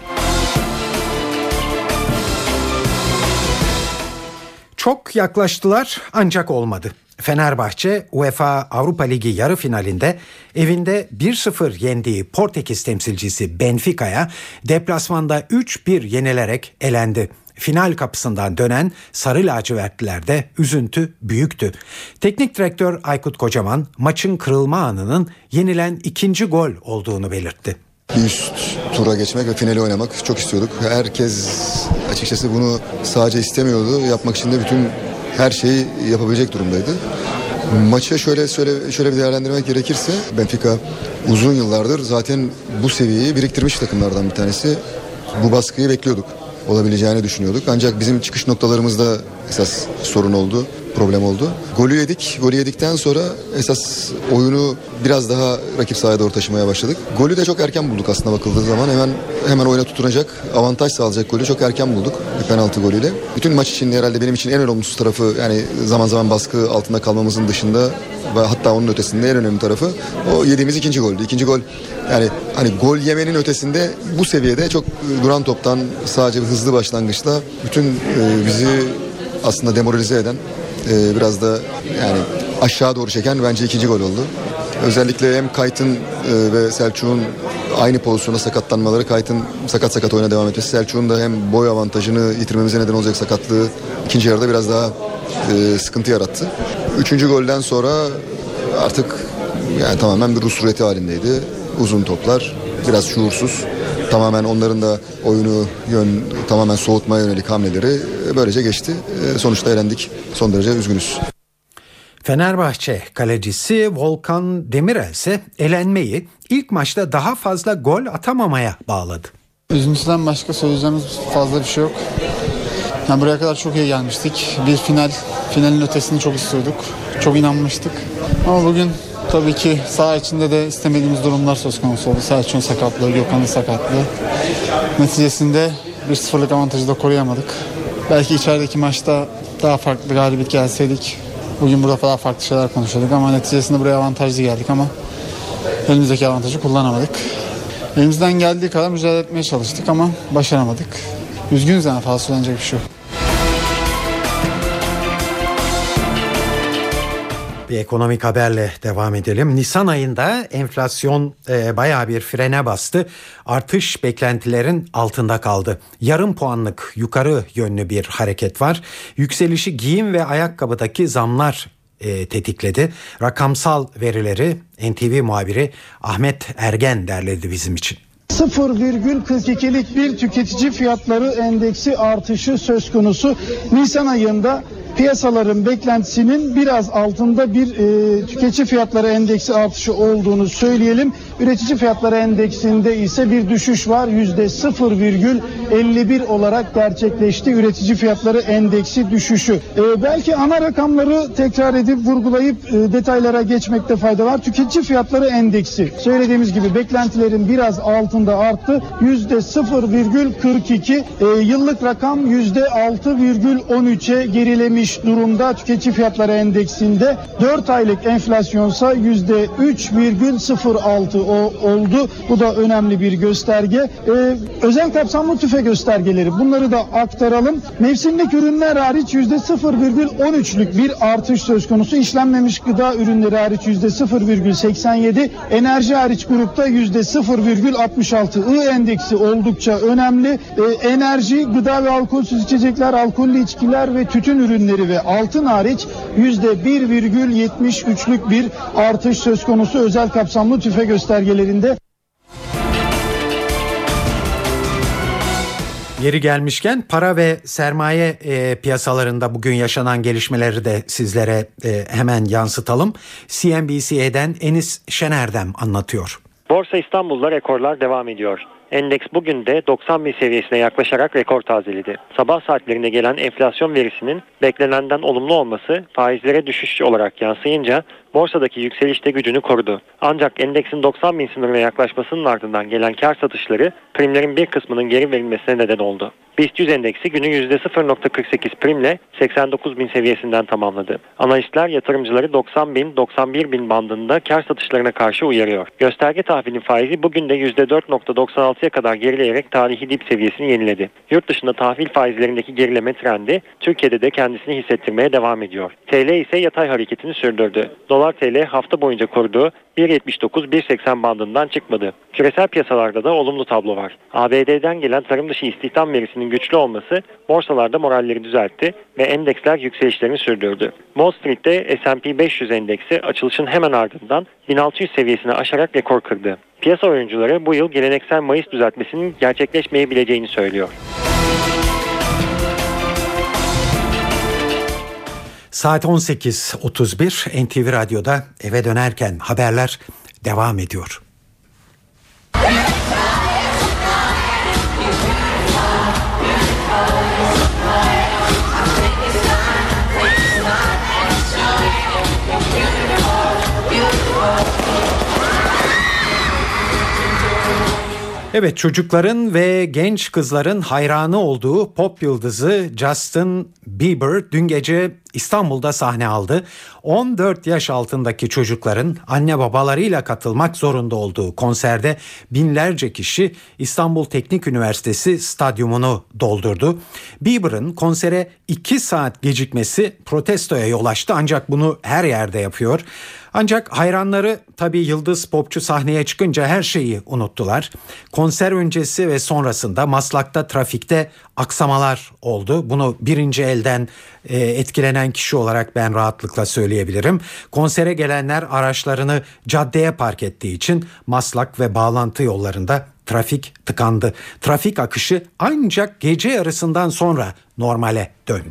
Çok yaklaştılar ancak olmadı. Fenerbahçe UEFA Avrupa Ligi yarı finalinde evinde bir sıfır yendiği Portekiz temsilcisi Benfica'ya deplasmanda üç bir yenilerek elendi. Final kapısından dönen sarı lacivertlilerde üzüntü büyüktü. Teknik direktör Aykut Kocaman maçın kırılma anının yenilen ikinci gol olduğunu belirtti. Bir üst tura geçmek ve finali oynamak çok istiyorduk. Herkes açıkçası bunu sadece istemiyordu. Yapmak için de bütün her şeyi yapabilecek durumdaydı. Maçı şöyle şöyle şöyle bir değerlendirmek gerekirse Benfica uzun yıllardır zaten bu seviyeyi biriktirmiş takımlardan bir tanesi. Bu baskıyı bekliyorduk. Olabileceğini düşünüyorduk. Ancak bizim çıkış noktalarımızda esas sorun oldu, problem oldu. Golü yedik. Golü yedikten sonra esas oyunu biraz daha rakip sahaya doğru taşımaya başladık. Golü de çok erken bulduk aslında bakıldığı zaman. Hemen hemen oyuna tutunacak, avantaj sağlayacak golü çok erken bulduk. Bir penaltı golüyle. Bütün maç için herhalde benim için en olumsuz tarafı, yani zaman zaman baskı altında kalmamızın dışında ve hatta onun ötesinde en önemli tarafı o yediğimiz ikinci goldü. İkinci gol, yani hani gol yemenin ötesinde bu seviyede çok duran toptan sadece bir hızlı başlangıçla bütün e, bizi aslında demoralize eden, e, biraz da yani aşağı doğru çeken bence ikinci gol oldu. Özellikle hem Kayt'ın e, ve Selçuk'un aynı pozisyonda sakatlanmaları, Kayt'ın sakat sakat oyuna devam etmesi, Selçuk'un da hem boy avantajını yitirmemize neden olacak sakatlığı ikinci yarıda biraz daha e, sıkıntı yarattı. Üçüncü golden sonra artık yani tamamen bir Rus ruleti halindeydi. Uzun toplar, biraz şuursuz. Tamamen onların da oyunu yön tamamen soğutmaya yönelik hamleleri böylece geçti. E, sonuçta elendik. Son derece üzgünüz. Fenerbahçe kalecisi Volkan Demirel ise elenmeyi ilk maçta daha fazla gol atamamaya bağladı. Üzüntüden başka söyleyeceğimiz fazla bir şey yok. Yani buraya kadar çok iyi gelmiştik. Bir final, finalin ötesini çok istiyorduk. Çok inanmıştık. Ama bugün tabii ki saha içinde de istemediğimiz durumlar söz konusu oldu. Selçuk'un sakatlığı, Gökhan'ın sakatlığı. Neticesinde bir sıfırlık avantajı da koruyamadık. Belki içerideki maçta daha farklı galibiyet gelseydik bugün burada daha farklı şeyler konuşuyorduk ama neticesinde buraya avantajlı geldik ama elimizdeki avantajı kullanamadık. Elimizden geldiği kadar mücadele etmeye çalıştık ama başaramadık. Üzgünüz, yani fazla söylenecek bir şey yok. Bir ekonomik haberle devam edelim. Nisan ayında enflasyon e, bayağı bir frene bastı. Artış beklentilerin altında kaldı. Yarım puanlık yukarı yönlü bir hareket var. Yükselişi giyim ve ayakkabıdaki zamlar e, tetikledi. Rakamsal verileri N T V muhabiri Ahmet Ergen derledi bizim için. sıfır virgül kırk ikilik bir tüketici fiyatları endeksi artışı söz konusu. Nisan ayında piyasaların beklentisinin biraz altında bir e, tüketici fiyatları endeksi artışı olduğunu söyleyelim. Üretici fiyatları endeksinde ise bir düşüş var. yüzde sıfır virgül elli bir olarak gerçekleşti üretici fiyatları endeksi düşüşü. E, belki ana rakamları tekrar edip vurgulayıp e, detaylara geçmekte fayda var. Tüketici fiyatları endeksi söylediğimiz gibi beklentilerin biraz altında arttı. yüzde sıfır virgül kırk iki, e, yıllık rakam yüzde altı virgül on üçe gerilemiş durumda tüketici fiyatları endeksinde. dört aylık enflasyonsa yüzde üç virgül sıfır altı oldu. Bu da önemli bir gösterge. Ee, özel kapsamlı tüfe göstergeleri, bunları da aktaralım. Mevsimlik ürünler hariç yüzde sıfır virgül on üçlük bir artış söz konusu. İşlenmemiş gıda ürünleri hariç yüzde sıfır virgül seksen yedi. Enerji hariç grupta yüzde sıfır virgül altmış altı. I endeksi oldukça önemli. Ee, enerji, gıda ve alkolsüz içecekler, alkollü içkiler ve tütün ürünleri ürünleri ve altın hariç yüzde bir virgül yetmiş üçlük bir artış söz konusu özel kapsamlı tüfe göstergelerinde. Yeri gelmişken para ve sermaye e, piyasalarında bugün yaşanan gelişmeleri de sizlere e, hemen yansıtalım. C N B C'den Enis Şenerdem anlatıyor. Borsa İstanbul'da rekorlar devam ediyor. Endeks bugün de doksan bin seviyesine yaklaşarak rekor tazeledi. Sabah saatlerinde gelen enflasyon verisinin beklenenden olumlu olması faizlere düşüş olarak yansıyınca borsadaki yükseliş de gücünü korudu. Ancak endeksin doksan bin sınırına yaklaşmasının ardından gelen kar satışları primlerin bir kısmının geri verilmesine neden oldu. BIST yüz endeksi günü yüzde sıfır virgül kırk sekiz primle seksen dokuz bin seviyesinden tamamladı. Analistler yatırımcıları doksan bin doksan bir bin bandında kar satışlarına karşı uyarıyor. Gösterge tahvilin faizi bugün de yüzde dört virgül doksan altıya kadar gerileyerek tarihi dip seviyesini yeniledi. Yurt dışında tahvil faizlerindeki gerileme trendi Türkiye'de de kendisini hissettirmeye devam ediyor. T L ise yatay hareketini sürdürdü. Dolar T L hafta boyunca koruduğu bir yetmiş dokuz bir seksen bandından çıkmadı. Küresel piyasalarda da olumlu tablo var. A B D'den gelen tarım dışı istihdam verisinin güçlü olması borsalarda moralleri düzeltti ve endeksler yükselişlerini sürdürdü. Wall Street'te S and P beş yüz endeksi açılışın hemen ardından bin altı yüz seviyesini aşarak rekor kırdı. Piyasa oyuncuları bu yıl geleneksel Mayıs düzeltmesinin gerçekleşmeyebileceğini söylüyor. Saat on sekiz otuz bir N T V Radyo'da eve dönerken haberler devam ediyor. Evet, çocukların ve genç kızların hayranı olduğu pop yıldızı Justin Bieber dün gece İstanbul'da sahne aldı. on dört yaş altındaki çocukların anne babalarıyla katılmak zorunda olduğu konserde binlerce kişi İstanbul Teknik Üniversitesi stadyumunu doldurdu. Bieber'ın konsere iki saat gecikmesi protestoya yol açtı, ancak bunu her yerde yapıyor. Ancak hayranları tabii yıldız popçu sahneye çıkınca her şeyi unuttular. Konser öncesi ve sonrasında Maslak'ta trafikte aksamalar oldu. Bunu birinci elden e, etkilenen kişi olarak ben rahatlıkla söyleyebilirim. Konsere gelenler araçlarını caddeye park ettiği için Maslak ve bağlantı yollarında trafik tıkandı. Trafik akışı ancak gece yarısından sonra normale döndü.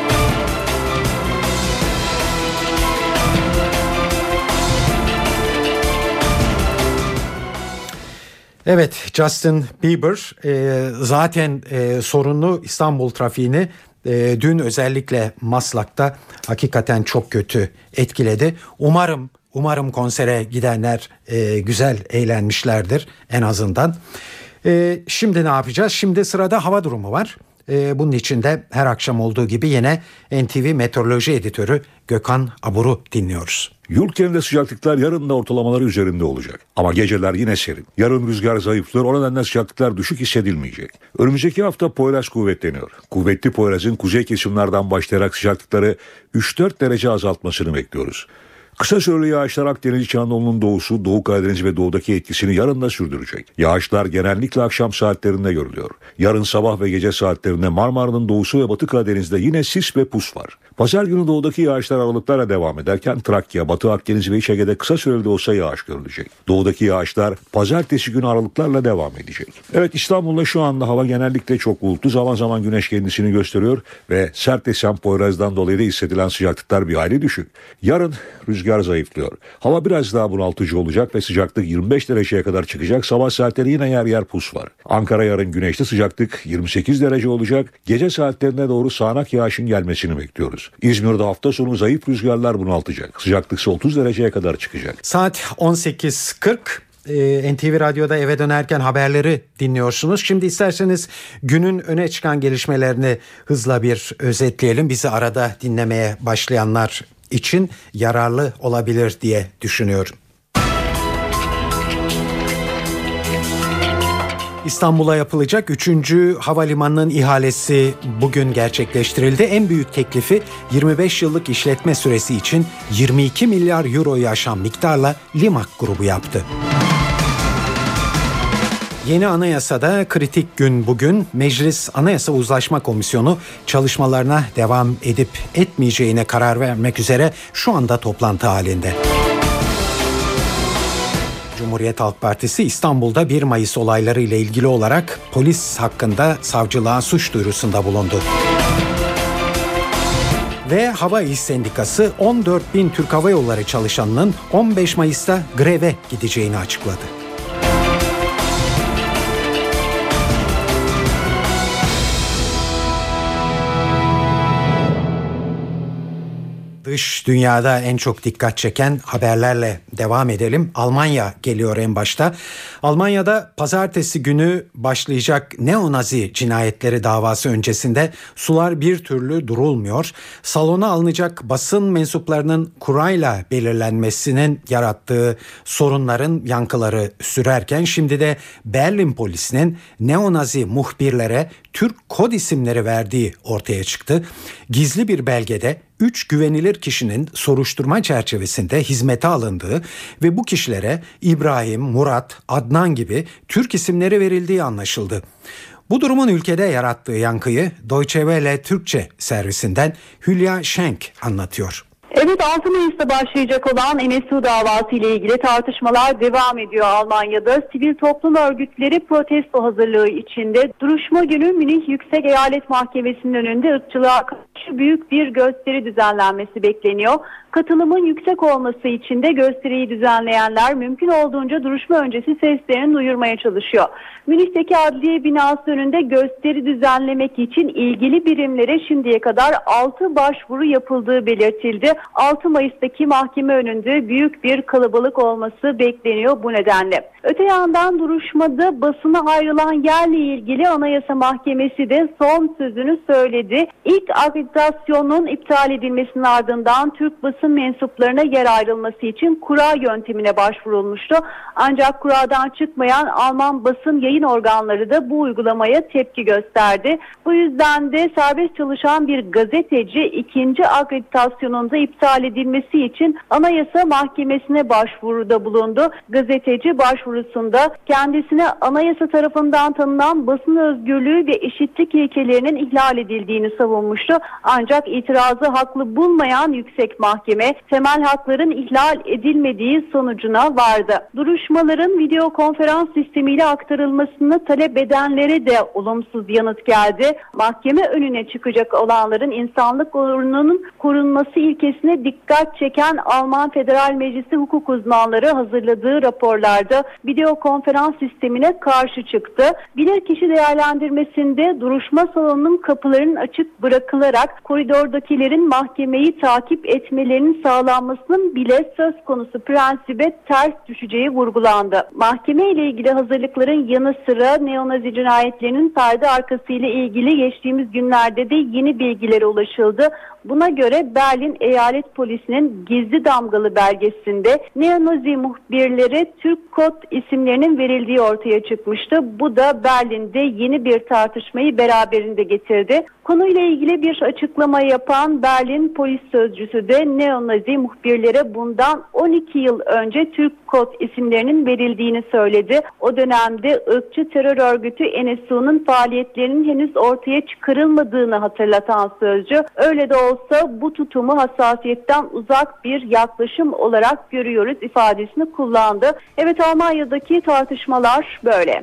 Evet, Justin Bieber e, zaten e, sorunlu İstanbul trafiğini e, dün özellikle Maslak'ta hakikaten çok kötü etkiledi. Umarım umarım konsere gidenler e, güzel eğlenmişlerdir en azından. E, şimdi ne yapacağız? Şimdi sırada hava durumu var. E, bunun için de her akşam olduğu gibi yine N T V Meteoroloji Editörü Gökhan Abur'u dinliyoruz. Yurt genelinde sıcaklıklar yarın da ortalamaları üzerinde olacak. Ama geceler yine serin. Yarın rüzgar zayıflıyor, o nedenle sıcaklıklar düşük hissedilmeyecek. Önümüzdeki hafta Poyraz kuvvetleniyor. Kuvvetli Poyraz'ın kuzey kesimlerden başlayarak sıcaklıkları üç dört derece azaltmasını bekliyoruz. Kısa süreli yağışlar Akdeniz İç Anadolu'nun doğusu, Doğu Karadeniz ve doğudaki etkisini yarın da sürdürecek. Yağışlar genellikle akşam saatlerinde görülüyor. Yarın sabah ve gece saatlerinde Marmara'nın doğusu ve Batı Karadeniz'de yine sis ve pus var. Pazar günü doğudaki yağışlar aralıklarla devam ederken Trakya, Batı Akdeniz ve İç Ege'de kısa süreli de olsa yağış görülecek. Doğudaki yağışlar pazartesi günü aralıklarla devam edecek. Evet, İstanbul'da şu anda hava genellikle çok bulutlu, zaman zaman güneş kendisini gösteriyor ve sert esen Poyraz'dan dolayı da hissedilen sıcaklıklar bir hayli düşük. Yarın rüzgar zayıflıyor. Hava biraz daha bunaltıcı olacak ve sıcaklık yirmi beş dereceye kadar çıkacak. Sabah saatleri yine yer yer pus var. Ankara yarın güneşli, sıcaklık yirmi sekiz derece olacak. Gece saatlerine doğru sağanak yağışın gelmesini bekliyoruz. İzmir'de hafta sonu zayıf rüzgarlar bunaltacak. Sıcaklık ise otuz dereceye kadar çıkacak. Saat on sekiz kırk. N T V Radyo'da eve dönerken haberleri dinliyorsunuz. Şimdi isterseniz günün öne çıkan gelişmelerini hızla bir özetleyelim. Bizi arada dinlemeye başlayanlar için yararlı olabilir diye düşünüyorum. İstanbul'a yapılacak üçüncü havalimanının ihalesi bugün gerçekleştirildi. En büyük teklifi yirmi beş yıllık işletme süresi için yirmi iki milyar euroyu aşan miktarla Limak grubu yaptı. Yeni anayasada kritik gün bugün. Meclis Anayasa Uzlaşma Komisyonu çalışmalarına devam edip etmeyeceğine karar vermek üzere şu anda toplantı halinde. Cumhuriyet Halk Partisi İstanbul'da bir Mayıs olayları ile ilgili olarak polis hakkında savcılığa suç duyurusunda bulundu. Ve Hava İş Sendikası on dört bin Türk Hava Yolları çalışanının on beş Mayıs'ta greve gideceğini açıkladı. Dış dünyada en çok dikkat çeken haberlerle devam edelim. Almanya geliyor en başta. Almanya'da pazartesi günü başlayacak neonazi cinayetleri davası öncesinde sular bir türlü durulmuyor. Salona alınacak basın mensuplarının kurayla belirlenmesinin yarattığı sorunların yankıları sürerken şimdi de Berlin polisinin neonazi muhbirlere Türk kod isimleri verdiği ortaya çıktı. Gizli bir belgede üç güvenilir kişinin soruşturma çerçevesinde hizmete alındığı ve bu kişilere İbrahim, Murat, Adnan gibi Türk isimleri verildiği anlaşıldı. Bu durumun ülkede yarattığı yankıyı Deutsche Welle Türkçe servisinden Hülya Schenk anlatıyor. Evet, altı Mayıs'ta başlayacak olan N S U davası ile ilgili tartışmalar devam ediyor Almanya'da. Sivil toplum örgütleri protesto hazırlığı içinde. Duruşma günü Münih Yüksek Eyalet Mahkemesi'nin önünde ırkçılığa karşı büyük bir gösteri düzenlenmesi bekleniyor. Katılımın yüksek olması için de gösteriyi düzenleyenler mümkün olduğunca duruşma öncesi seslerini duyurmaya çalışıyor. Münih'teki adliye binası önünde gösteri düzenlemek için ilgili birimlere şimdiye kadar altı başvuru yapıldığı belirtildi. altı Mayıs'taki mahkeme önünde büyük bir kalabalık olması bekleniyor bu nedenle. Öte yandan duruşmada basına ayrılan yerle ilgili Anayasa Mahkemesi de son sözünü söyledi. İlk akreditasyonun iptal edilmesinin ardından Türk basın mensuplarına yer ayrılması için kura yöntemine başvurulmuştu. Ancak kuradan çıkmayan Alman basın yayın organları da bu uygulamaya tepki gösterdi. Bu yüzden de serbest çalışan bir gazeteci ikinci akreditasyonun da iptal edilmesi için Anayasa Mahkemesi'ne başvuruda bulundu. Gazeteci başvurusunda kendisine anayasa tarafından tanınan basın özgürlüğü ve eşitlik ilkelerinin ihlal edildiğini savunmuştu. Ancak itirazı haklı bulmayan yüksek mahkeme temel hakların ihlal edilmediği sonucuna vardı. Duruşmaların video konferans sistemiyle aktarılmasını talep edenlere de olumsuz yanıt geldi. Mahkeme önüne çıkacak olanların insanlık onurunun korunması ilkesine dikkat çeken Alman Federal Meclisi hukuk uzmanları hazırladığı raporlarda video konferans sistemine karşı çıktı. Bilirkişi değerlendirmesinde duruşma salonunun kapılarının açık bırakılarak koridordakilerin mahkemeyi takip etmelerinin sağlanmasının bile söz konusu prensibe ters düşeceği vurgulandı. Mahkeme ile ilgili hazırlıkların yanı sıra neonazi cinayetlerinin perde arkası ile ilgili geçtiğimiz günlerde de yeni bilgilere ulaşıldı. Buna göre Berlin Eyalet Polisi'nin gizli damgalı belgesinde neonazi muhbirlere Türk kod isimlerinin verildiği ortaya çıkmıştı. Bu da Berlin'de yeni bir tartışmayı beraberinde getirdi. Konuyla ilgili bir açıklama yapan Berlin Polis Sözcüsü de neonazi muhbirlere bundan on iki yıl önce Türk kod isimlerinin verildiğini söyledi. O dönemde ırkçı terör örgütü N S U'nun faaliyetlerinin henüz ortaya çıkarılmadığını hatırlatan sözcü, öyle de olsa bu tutumu hassasiyetten uzak bir yaklaşım olarak görüyoruz ifadesini kullandı. Evet, Almanya'daki tartışmalar böyle.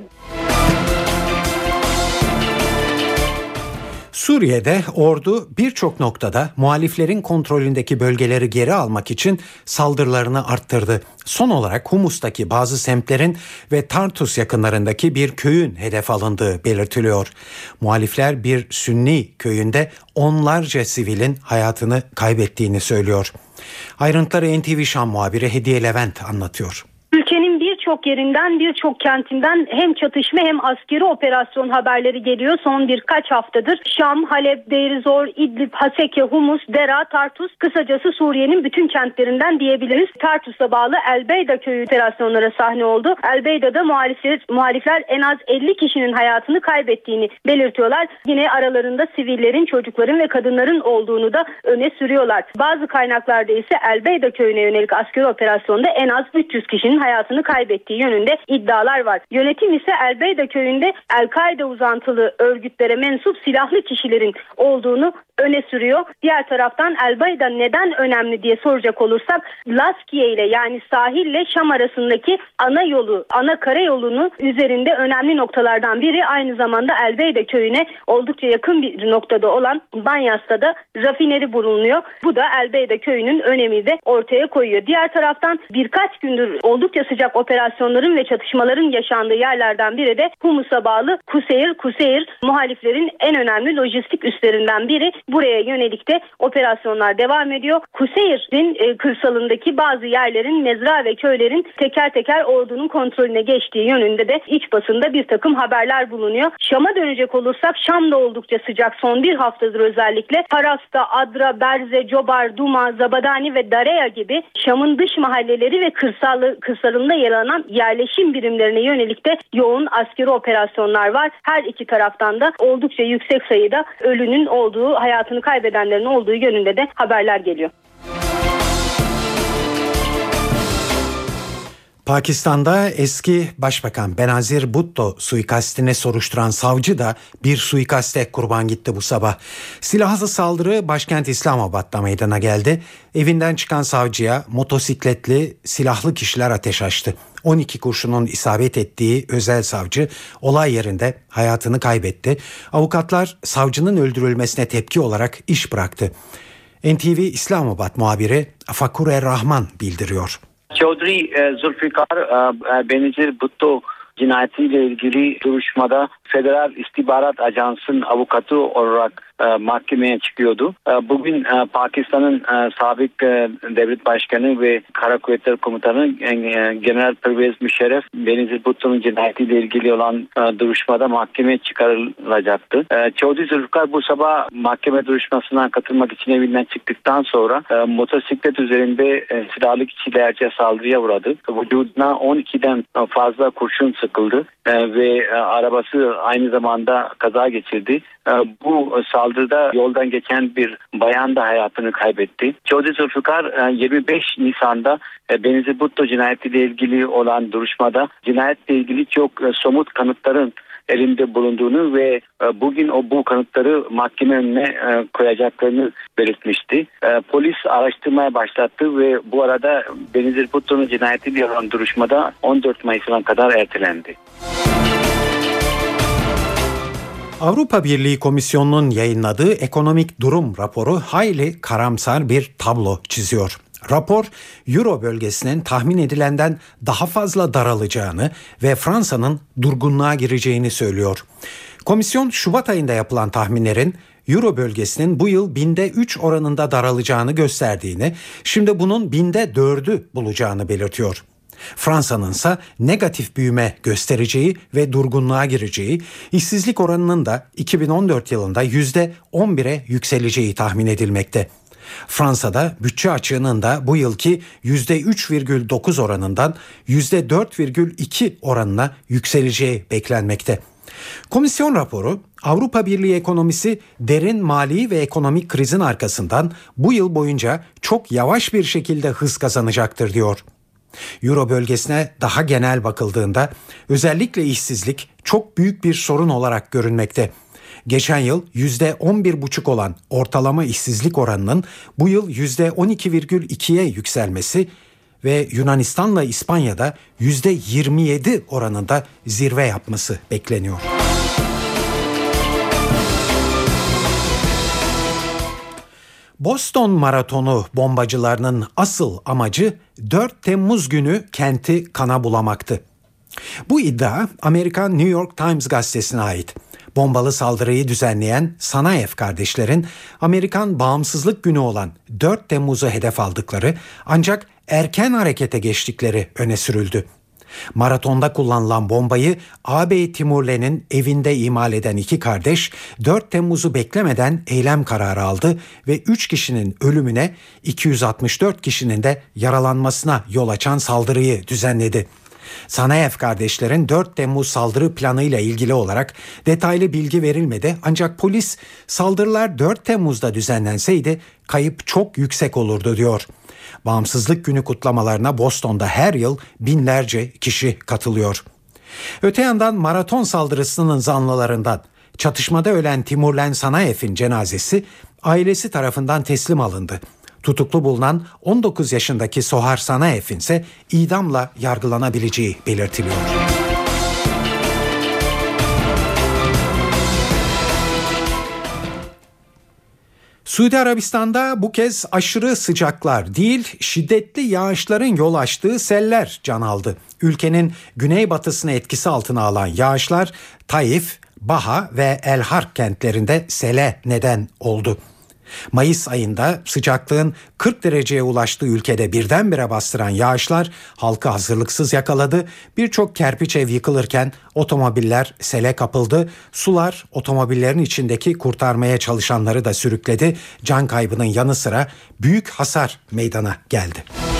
Suriye'de ordu birçok noktada muhaliflerin kontrolündeki bölgeleri geri almak için saldırılarını arttırdı. Son olarak Humus'taki bazı semtlerin ve Tartus yakınlarındaki bir köyün hedef alındığı belirtiliyor. Muhalifler bir Sünni köyünde onlarca sivilin hayatını kaybettiğini söylüyor. Ayrıntıları N T V Şam muhabiri Hediye Levent anlatıyor. Ülkenin birçok yerinden, birçok kentinden hem çatışma hem askeri operasyon haberleri geliyor son birkaç haftadır. Şam, Halep, Deir Zor, İdlib, Haseke, Humus, Dera, Tartus, kısacası Suriye'nin bütün kentlerinden diyebiliriz. Tartus'a bağlı Elbeyda köyü operasyonlara sahne oldu. Elbeyda'da muhalifler, muhalifler en az elli kişinin hayatını kaybettiğini belirtiyorlar. Yine aralarında sivillerin, çocukların ve kadınların olduğunu da öne sürüyorlar. Bazı kaynaklarda ise Elbeyda köyüne yönelik askeri operasyonda en az üç yüz kişinin hayatını kaybettiğini ettiği yönünde iddialar var. Yönetim ise El Beyda köyünde El-Kaide uzantılı örgütlere mensup silahlı kişilerin olduğunu öne sürüyor. Diğer taraftan El Beyda neden önemli diye soracak olursak Laskiye ile yani sahille Şam arasındaki ana yolu, ana karayolunun üzerinde önemli noktalardan biri. Aynı zamanda El Beyda köyüne oldukça yakın bir noktada olan Banyas'ta da rafineri bulunuyor. Bu da El Beyda köyünün önemini de ortaya koyuyor. Diğer taraftan birkaç gündür oldukça sıcak operasyonların ve çatışmaların yaşandığı yerlerden biri de Humus'a bağlı Kuseyir. Kuseyir muhaliflerin en önemli lojistik üslerinden biri. Buraya yönelik de operasyonlar devam ediyor. Kuseyir'in e, kırsalındaki bazı yerlerin, mezra ve köylerin teker teker ordunun kontrolüne geçtiği yönünde de iç basında bir takım haberler bulunuyor. Şam'a dönecek olursak Şam'da oldukça sıcak son bir haftadır özellikle. Harasta, Adra, Berze, Cobar, Duma, Zabadani ve Dareya gibi Şam'ın dış mahalleleri ve kırsalı, kırsalında yer alan yerleşim birimlerine yönelik de yoğun askeri operasyonlar var. Her iki taraftan da oldukça yüksek sayıda ölünün olduğu, hayatını kaybedenlerin olduğu yönünde de haberler geliyor. Pakistan'da eski Başbakan Benazir Bhutto suikastine soruşturan savcı da bir suikaste kurban gitti bu sabah. Silahlı saldırı başkent İslamabad'da meydana geldi. Evinden çıkan savcıya motosikletli silahlı kişiler ateş açtı. on iki kurşunun isabet ettiği özel savcı olay yerinde hayatını kaybetti. Avukatlar savcının öldürülmesine tepki olarak iş bıraktı. N T V İslamabad muhabiri Fakur Er-Rahman bildiriyor. Çaudhry Zulfikar Benazir Bhutto cinayetiyle ilgili duruşmada Federal İstihbarat Ajansı'nın avukatı olarak e, mahkemeye çıkıyordu. E, bugün e, Pakistan'ın e, sabık e, devlet başkanı ve Kara Kuvvetleri Komutanı e, General Pervez Müşerref Benazir Bhutto'nun cinayetiyle ilgili olan e, duruşmada mahkemeye çıkarılacaktı. E, Çaudhry Zulfikar bu sabah mahkeme duruşmasına katılmak için evinden çıktıktan sonra e, motosiklet üzerinde e, silahlı kişilerce saldırıya uğradı. Vücuduna on ikiden fazla kurşun sıkıldı e, ve e, arabası aynı zamanda kaza geçirdi. E, bu saldırıda yoldan geçen bir bayan da hayatını kaybetti. Çaudhry Zulfikar e, yirmi beş Nisan'da e, Benazir Bhutto cinayetiyle ilgili olan duruşmada cinayetle ilgili çok e, somut kanıtların elinde bulunduğunu ve e, bugün o bu kanıtları mahkeme önüne e, koyacaklarını belirtmişti. E, polis araştırmaya başlattı ve bu arada Benazir Bhutto'nun cinayetiyle olan duruşmada on dört Mayıs'ına kadar ertelendi. Avrupa Birliği Komisyonu'nun yayınladığı ekonomik durum raporu hayli karamsar bir tablo çiziyor. Rapor, Euro bölgesinin tahmin edilenden daha fazla daralacağını ve Fransa'nın durgunluğa gireceğini söylüyor. Komisyon, Şubat ayında yapılan tahminlerin Euro bölgesinin bu yıl binde üç oranında daralacağını gösterdiğini, şimdi bunun binde dördü bulacağını belirtiyor. Fransa'nın ise negatif büyüme göstereceği ve durgunluğa gireceği, işsizlik oranının da iki bin on dört yılında yüzde on bire yükseleceği tahmin edilmekte. Fransa'da bütçe açığının da bu yılki yüzde üç virgül dokuz oranından yüzde dört virgül iki oranına yükseleceği beklenmekte. Komisyon raporu, Avrupa Birliği ekonomisi derin mali ve ekonomik krizin arkasından bu yıl boyunca çok yavaş bir şekilde hız kazanacaktır diyor. Euro bölgesine daha genel bakıldığında özellikle işsizlik çok büyük bir sorun olarak görünmekte. Geçen yıl yüzde on bir virgül beş olan ortalama işsizlik oranının bu yıl yüzde on iki virgül ikiye yükselmesi ve Yunanistan'la İspanya'da yüzde yirmi yedi oranında zirve yapması bekleniyor. Boston Maratonu bombacılarının asıl amacı dört Temmuz günü kenti kana bulamaktı. Bu iddia Amerikan New York Times gazetesine ait. Bombalı saldırıyı düzenleyen Sanayev kardeşlerin Amerikan Bağımsızlık Günü olan dört Temmuz'u hedef aldıkları ancak erken harekete geçtikleri öne sürüldü. Maratonda kullanılan bombayı ağabey Timurlen'in evinde imal eden iki kardeş dört Temmuz'u beklemeden eylem kararı aldı ve üç kişinin ölümüne iki yüz altmış dört kişinin de yaralanmasına yol açan saldırıyı düzenledi. Sanayev kardeşlerin dört Temmuz saldırı planıyla ilgili olarak detaylı bilgi verilmedi ancak polis saldırılar dört Temmuz'da düzenlenseydi kayıp çok yüksek olurdu diyor. Bağımsızlık Günü kutlamalarına Boston'da her yıl binlerce kişi katılıyor. Öte yandan maraton saldırısının zanlılarından çatışmada ölen Timurlen Sanayev'in cenazesi ailesi tarafından teslim alındı. Tutuklu bulunan on dokuz yaşındaki Sohar Sanayev'in ise idamla yargılanabileceği belirtiliyor. Suudi Arabistan'da bu kez aşırı sıcaklar değil, şiddetli yağışların yol açtığı seller can aldı. Ülkenin güneybatısını etkisi altına alan yağışlar Taif, Baha ve El Hark kentlerinde sele neden oldu. Mayıs ayında sıcaklığın kırk dereceye ulaştığı ülkede birdenbire bastıran yağışlar halkı hazırlıksız yakaladı. Birçok kerpiç ev yıkılırken otomobiller sele kapıldı. Sular otomobillerin içindeki kurtarmaya çalışanları da sürükledi. Can kaybının yanı sıra büyük hasar meydana geldi.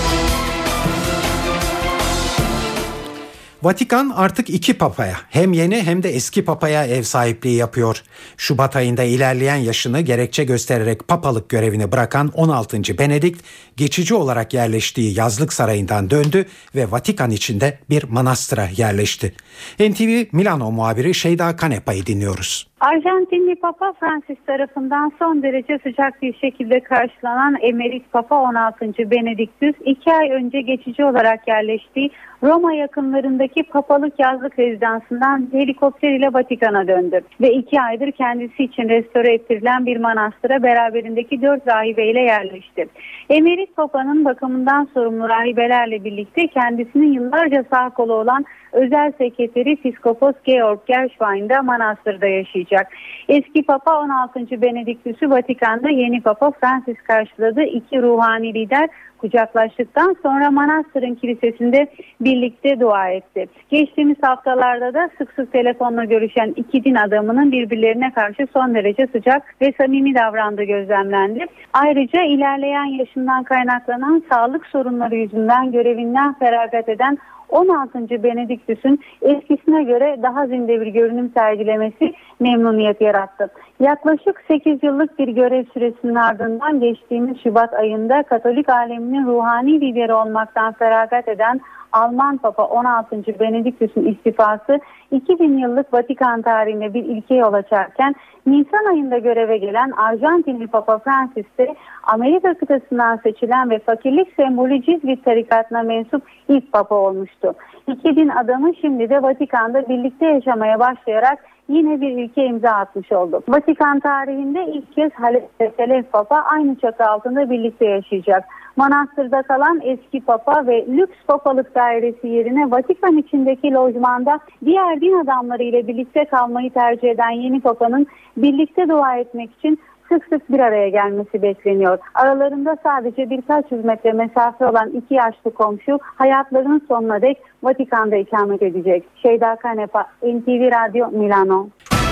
Vatikan artık iki papaya, hem yeni hem de eski papaya ev sahipliği yapıyor. Şubat ayında ilerleyen yaşını gerekçe göstererek papalık görevini bırakan on altıncı Benedikt geçici olarak yerleştiği yazlık sarayından döndü ve Vatikan içinde bir manastıra yerleşti. N T V Milano muhabiri Şeyda Kanepa'yı dinliyoruz. Arjantinli Papa Francis tarafından son derece sıcak bir şekilde karşılanan Emerit Papa on altıncı Benediktüs iki ay önce geçici olarak yerleştiği Roma yakınlarındaki papalık yazlık rezidansından helikopter ile Vatikan'a döndü ve iki aydır kendisi için restore ettirilen bir manastıra beraberindeki dört rahibeyle yerleşti. Emerit Papa'nın bakımından sorumlu rahibelerle birlikte kendisinin yıllarca sağ kolu olan özel sekreteri Piskopos Georg Gershwein de manastırda yaşayacak. Eski Papa on altıncı Benediktüs'ü Vatikan'da yeni Papa Francis karşıladı. İki ruhani lider kucaklaştıktan sonra manastırın kilisesinde birlikte dua etti. Geçtiğimiz haftalarda da sık sık telefonla görüşen iki din adamının birbirlerine karşı son derece sıcak ve samimi davrandığı gözlemlendi. Ayrıca ilerleyen yaşından kaynaklanan sağlık sorunları yüzünden görevinden feragat eden on altıncı Benediktüs'ün eskisine göre daha zinde bir görünüm sergilemesi memnuniyet yarattı. Yaklaşık sekiz yıllık bir görev süresinin ardından geçtiğimiz Şubat ayında Katolik aleminin ruhani lideri olmaktan feragat eden Alman Papa on altıncı Benediktüs'ün istifası iki bin yıllık Vatikan tarihinde bir ilke yol açarken Nisan ayında göreve gelen Arjantinli Papa Francis de Amerika kıtasından seçilen ve fakirlik sembolü Cizvit tarikatına mensup ilk Papa olmuştu. İki din adamı şimdi de Vatikan'da birlikte yaşamaya başlayarak yine bir ilke imza atmış oldu. Vatikan tarihinde ilk kez Halep ve Selef Papa aynı çatı altında birlikte yaşayacak. Manastırda kalan eski Papa ve lüks papalık dairesi yerine Vatikan içindeki lojmanda diğer din adamları ile birlikte kalmayı tercih eden yeni Papa'nın birlikte dua etmek için sık sık bir araya gelmesi bekleniyor. Aralarında sadece birkaç yüz metre mesafe olan iki yaşlı komşu hayatlarının sonuna dek Vatikan'da ikamet edecek. Şeyda Kanepa, N T V Radyo Milano.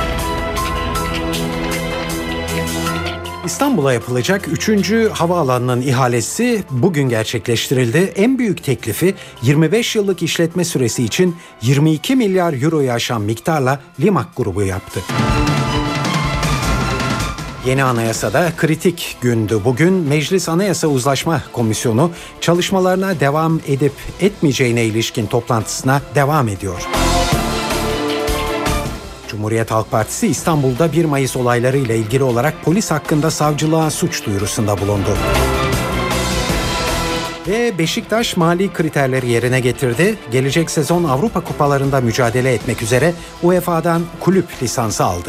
İstanbul'a yapılacak üçüncü havaalanının ihalesi bugün gerçekleştirildi. En büyük teklifi yirmi beş yıllık işletme süresi için yirmi iki milyar euroyu aşan miktarla Limak grubu yaptı. Yeni anayasada kritik gündü. Bugün Meclis Anayasa Uzlaşma Komisyonu çalışmalarına devam edip etmeyeceğine ilişkin toplantısına devam ediyor. Cumhuriyet Halk Partisi İstanbul'da bir Mayıs olayları ile ilgili olarak polis hakkında savcılığa suç duyurusunda bulundu. Ve Beşiktaş mali kriterleri yerine getirdi. Gelecek sezon Avrupa Kupalarında mücadele etmek üzere U E F A'dan kulüp lisansı aldı.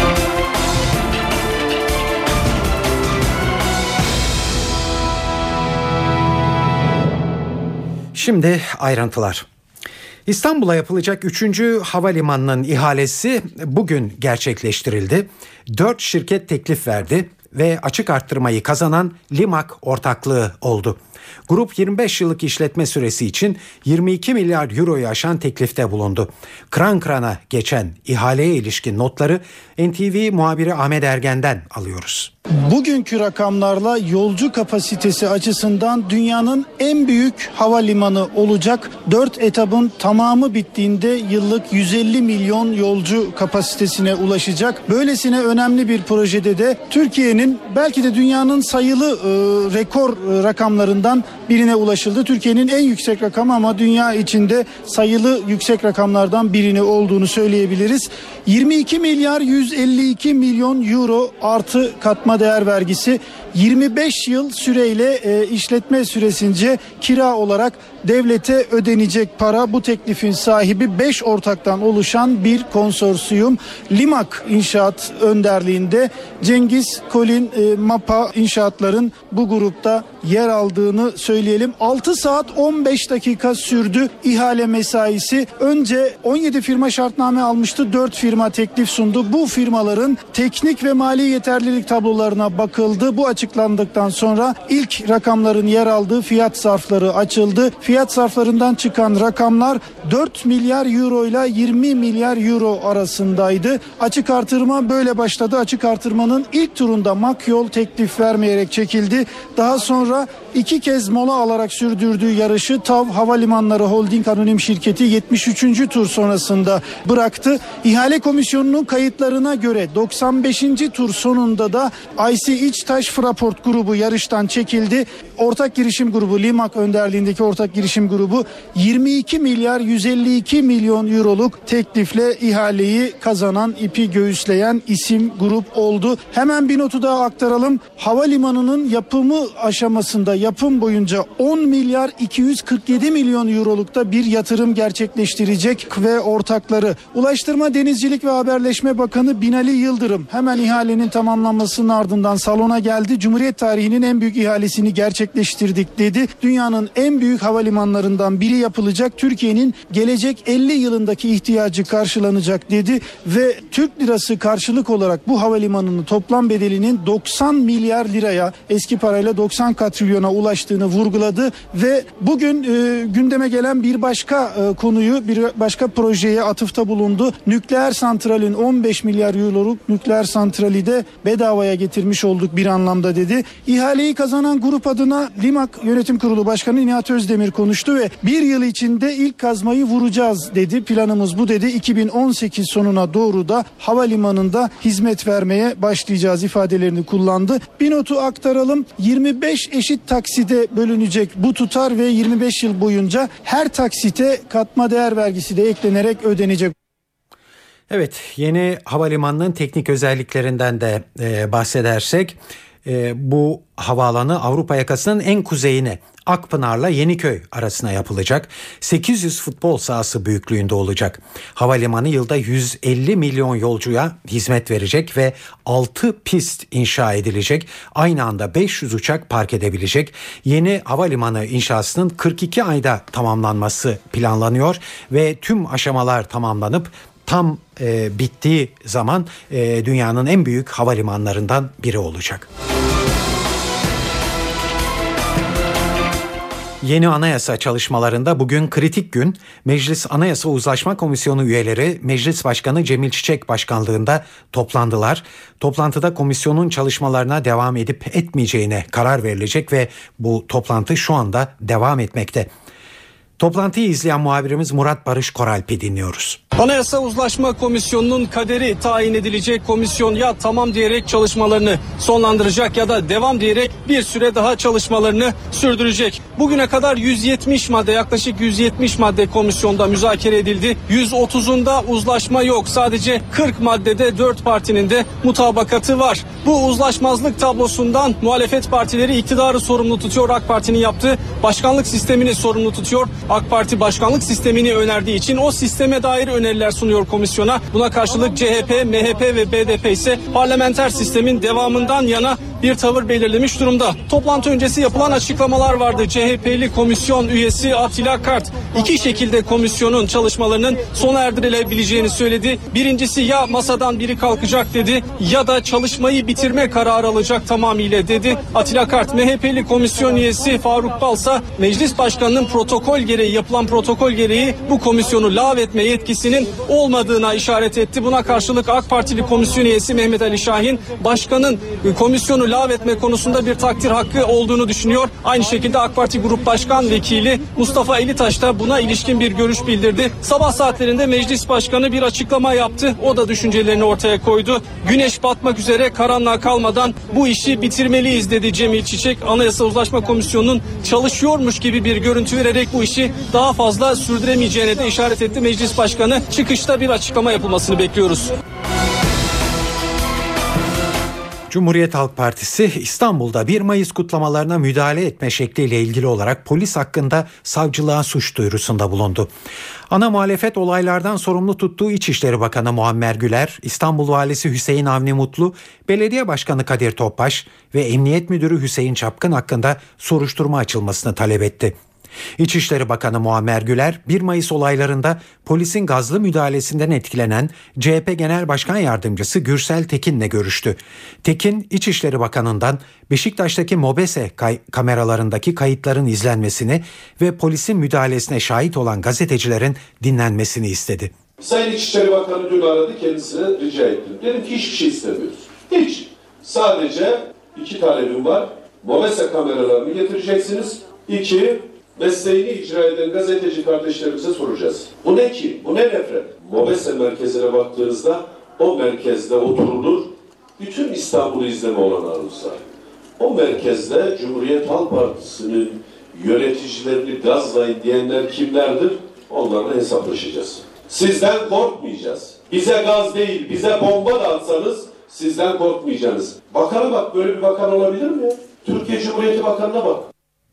Şimdi ayrıntılar. İstanbul'a yapılacak üçüncü havalimanının ihalesi bugün gerçekleştirildi. dört şirket teklif verdi ve açık arttırmayı kazanan Limak ortaklığı oldu. Grup yirmi beş yıllık işletme süresi için yirmi iki milyar euroyu aşan teklifte bulundu. Kıran kırana geçen ihaleye ilişkin notları N T V muhabiri Ahmet Ergen'den alıyoruz. Bugünkü rakamlarla yolcu kapasitesi açısından dünyanın en büyük havalimanı olacak. Dört etabın tamamı bittiğinde yıllık yüz elli milyon yolcu kapasitesine ulaşacak. Böylesine önemli bir projede de Türkiye'nin belki de dünyanın sayılı e, rekor e, rakamlarından birine ulaşıldı. Türkiye'nin en yüksek rakamı ama dünya içinde sayılı yüksek rakamlardan birini olduğunu söyleyebiliriz. yirmi iki milyar yüz elli iki milyon euro artı katma değer vergisi yirmi beş yıl süreyle e, işletme süresince kira olarak devlete ödenecek para. Bu teklifin sahibi beş ortaktan oluşan bir konsorsiyum. Limak İnşaat önderliğinde Cengiz Kolin e, Mapa İnşaatların bu grupta yer aldığını söyleyelim. altı saat on beş dakika sürdü ihale mesaisi. Önce on yedi firma şartname almıştı. dört firma teklif sundu. Bu firmaların teknik ve mali yeterlilik tablolarına bakıldı. Bu açıklandıktan sonra ilk rakamların yer aldığı fiyat zarfları açıldı. Fiyat zarflarından çıkan rakamlar dört milyar euro ile yirmi milyar euro arasındaydı. Açık artırma böyle başladı. Açık artırmanın ilk turunda Makyol teklif vermeyerek çekildi. Daha sonra iki kez mola alarak sürdürdüğü yarışı TAV Havalimanları Holding Anonim Şirketi yetmiş üçüncü tur sonrasında bıraktı. İhale komisyonunun kayıtlarına göre doksan beşinci tur sonunda da I C İçtaş Fraport grubu yarıştan çekildi. Ortak girişim grubu Limak önderliğindeki ortak girişim grubu yirmi iki milyar yüz elli iki milyon euroluk teklifle ihaleyi kazanan, ipi göğüsleyen isim grup oldu. Hemen bir notu daha aktaralım. Havalimanının yapımı aşamasında yapım boyunca on milyar iki yüz kırk yedi milyon eurolukta bir yatırım gerçekleştirecek ve ortakları Ulaştırma, Denizcilik ve Haberleşme Bakanı Binali Yıldırım hemen ihalenin tamamlanmasının ardından salona geldi. Cumhuriyet tarihinin en büyük ihalesini gerçekleştirdik dedi. Dünyanın en büyük havalimanlarından biri yapılacak. Türkiye'nin gelecek elli yılındaki ihtiyacı karşılanacak dedi ve Türk lirası karşılık olarak bu havalimanının toplam bedelinin doksan milyar liraya, eski parayla doksan katrilyona ulaştığını vurguladı ve bugün e, gündeme gelen bir başka e, konuyu, bir başka projeye atıfta bulundu. Nükleer santralin on beş milyar euroluk nükleer santrali de bedavaya getirmiş olduk bir anlamda dedi. İhaleyi kazanan grup adına Limak Yönetim Kurulu Başkanı Nihat Özdemir konuştu ve bir yıl içinde ilk kazmayı vuracağız dedi. Planımız bu dedi. iki bin on sekiz sonuna doğru da havalimanında hizmet vermeye başlayacağız ifadelerini kullandı. Bir notu aktaralım. yirmi beş eşit takside bölünecek bu tutar ve yirmi beş yıl boyunca her taksite katma değer vergisi de eklenerek ödenecek. Evet, yeni havalimanının teknik özelliklerinden de e, bahsedersek e, bu havaalanı Avrupa yakasının en kuzeyine, Akpınar'la Yeniköy arasına yapılacak. sekiz yüz futbol sahası büyüklüğünde olacak. Havalimanı yılda yüz elli milyon yolcuya hizmet verecek ve altı pist inşa edilecek. Aynı anda beş yüz uçak park edebilecek. Yeni havalimanı inşasının kırk iki ayda tamamlanması planlanıyor ve tüm aşamalar tamamlanıp tam e, bittiği zaman e, dünyanın en büyük havalimanlarından biri olacak. Yeni anayasa çalışmalarında bugün kritik gün. Meclis Anayasa Uzlaşma Komisyonu üyeleri Meclis Başkanı Cemil Çiçek başkanlığında toplandılar. Toplantıda komisyonun çalışmalarına devam edip etmeyeceğine karar verilecek ve bu toplantı şu anda devam etmekte. Toplantıyı izleyen muhabirimiz Murat Barış Koralp'i dinliyoruz. Anayasa Uzlaşma Komisyonu'nun kaderi tayin edilecek. Komisyon ya tamam diyerek çalışmalarını sonlandıracak ya da devam diyerek bir süre daha çalışmalarını sürdürecek. Bugüne kadar yüz yetmiş madde, yaklaşık yüz yetmiş madde komisyonda müzakere edildi. yüz otuzunda uzlaşma yok. Sadece kırk maddede dört partinin de mutabakatı var. Bu uzlaşmazlık tablosundan muhalefet partileri iktidarı sorumlu tutuyor. AK Parti'nin yaptığı başkanlık sistemini sorumlu tutuyor. AK Parti başkanlık sistemini önerdiği için o sisteme dair öneriler sunuyor komisyona. Buna karşılık C H P, M H P ve B D P ise parlamenter sistemin devamından yana bir tavır belirlemiş durumda. Toplantı öncesi yapılan açıklamalar vardı. C H P'li komisyon üyesi Atilla Kart iki şekilde komisyonun çalışmalarının sona erdirilebileceğini söyledi. Birincisi ya masadan biri kalkacak dedi ya da çalışmayı bitirme kararı alacak tamamıyla dedi. Atilla Kart, M H P'li komisyon üyesi Faruk Balsa meclis başkanının protokol gereği yapılan protokol gereği bu komisyonu lağvetme yetkisinin olmadığına işaret etti. Buna karşılık AK Partili komisyon üyesi Mehmet Ali Şahin başkanın komisyonu lağvetme konusunda bir takdir hakkı olduğunu düşünüyor. Aynı şekilde AK Parti Grup Başkan Vekili Mustafa Elitaş da buna ilişkin bir görüş bildirdi. Sabah saatlerinde meclis başkanı bir açıklama yaptı. O da düşüncelerini ortaya koydu. Güneş batmak üzere, karanlığa kalmadan bu işi bitirmeliyiz dedi Cemil Çiçek. Anayasa Uzlaşma Komisyonu'nun çalışıyormuş gibi bir görüntü vererek bu işi daha fazla sürdüremeyeceğine de işaret etti meclis başkanı. Çıkışta bir açıklama yapılmasını bekliyoruz. Cumhuriyet Halk Partisi İstanbul'da bir Mayıs kutlamalarına müdahale etme şekliyle ilgili olarak polis hakkında savcılığa suç duyurusunda bulundu. Ana muhalefet olaylardan sorumlu tuttuğu İçişleri Bakanı Muammer Güler, İstanbul Valisi Hüseyin Avni Mutlu, Belediye Başkanı Kadir Topbaş ve Emniyet Müdürü Hüseyin Çapkın hakkında soruşturma açılmasını talep etti. İçişleri Bakanı Muammer Güler, bir Mayıs olaylarında polisin gazlı müdahalesinden etkilenen C H P Genel Başkan Yardımcısı Gürsel Tekin'le görüştü. Tekin, İçişleri Bakanı'ndan Beşiktaş'taki MOBESE kay- kameralarındaki kayıtların izlenmesini ve polisin müdahalesine şahit olan gazetecilerin dinlenmesini istedi. Sayın İçişleri Bakanı dün aradı, kendisine rica ettim. Dedim ki hiçbir şey istemiyoruz. Hiç. Sadece iki talebim var. MOBESE kameralarını getireceksiniz. İki, mesleğini icra eden gazeteci kardeşlerimize soracağız. Bu ne ki? Bu ne nefret? MOBESE merkezine baktığınızda o merkezde oturulur. Bütün İstanbul'u izleme olanağınız var. O merkezde Cumhuriyet Halk Partisi'nin yöneticilerini gazlayın diyenler kimlerdir? Onlarla hesaplaşacağız. Sizden korkmayacağız. Bize gaz değil, bize bomba da atsanız sizden korkmayacaksınız. Bakana bak, böyle bir bakan olabilir mi? Türkiye Cumhuriyeti Bakanı'na bak.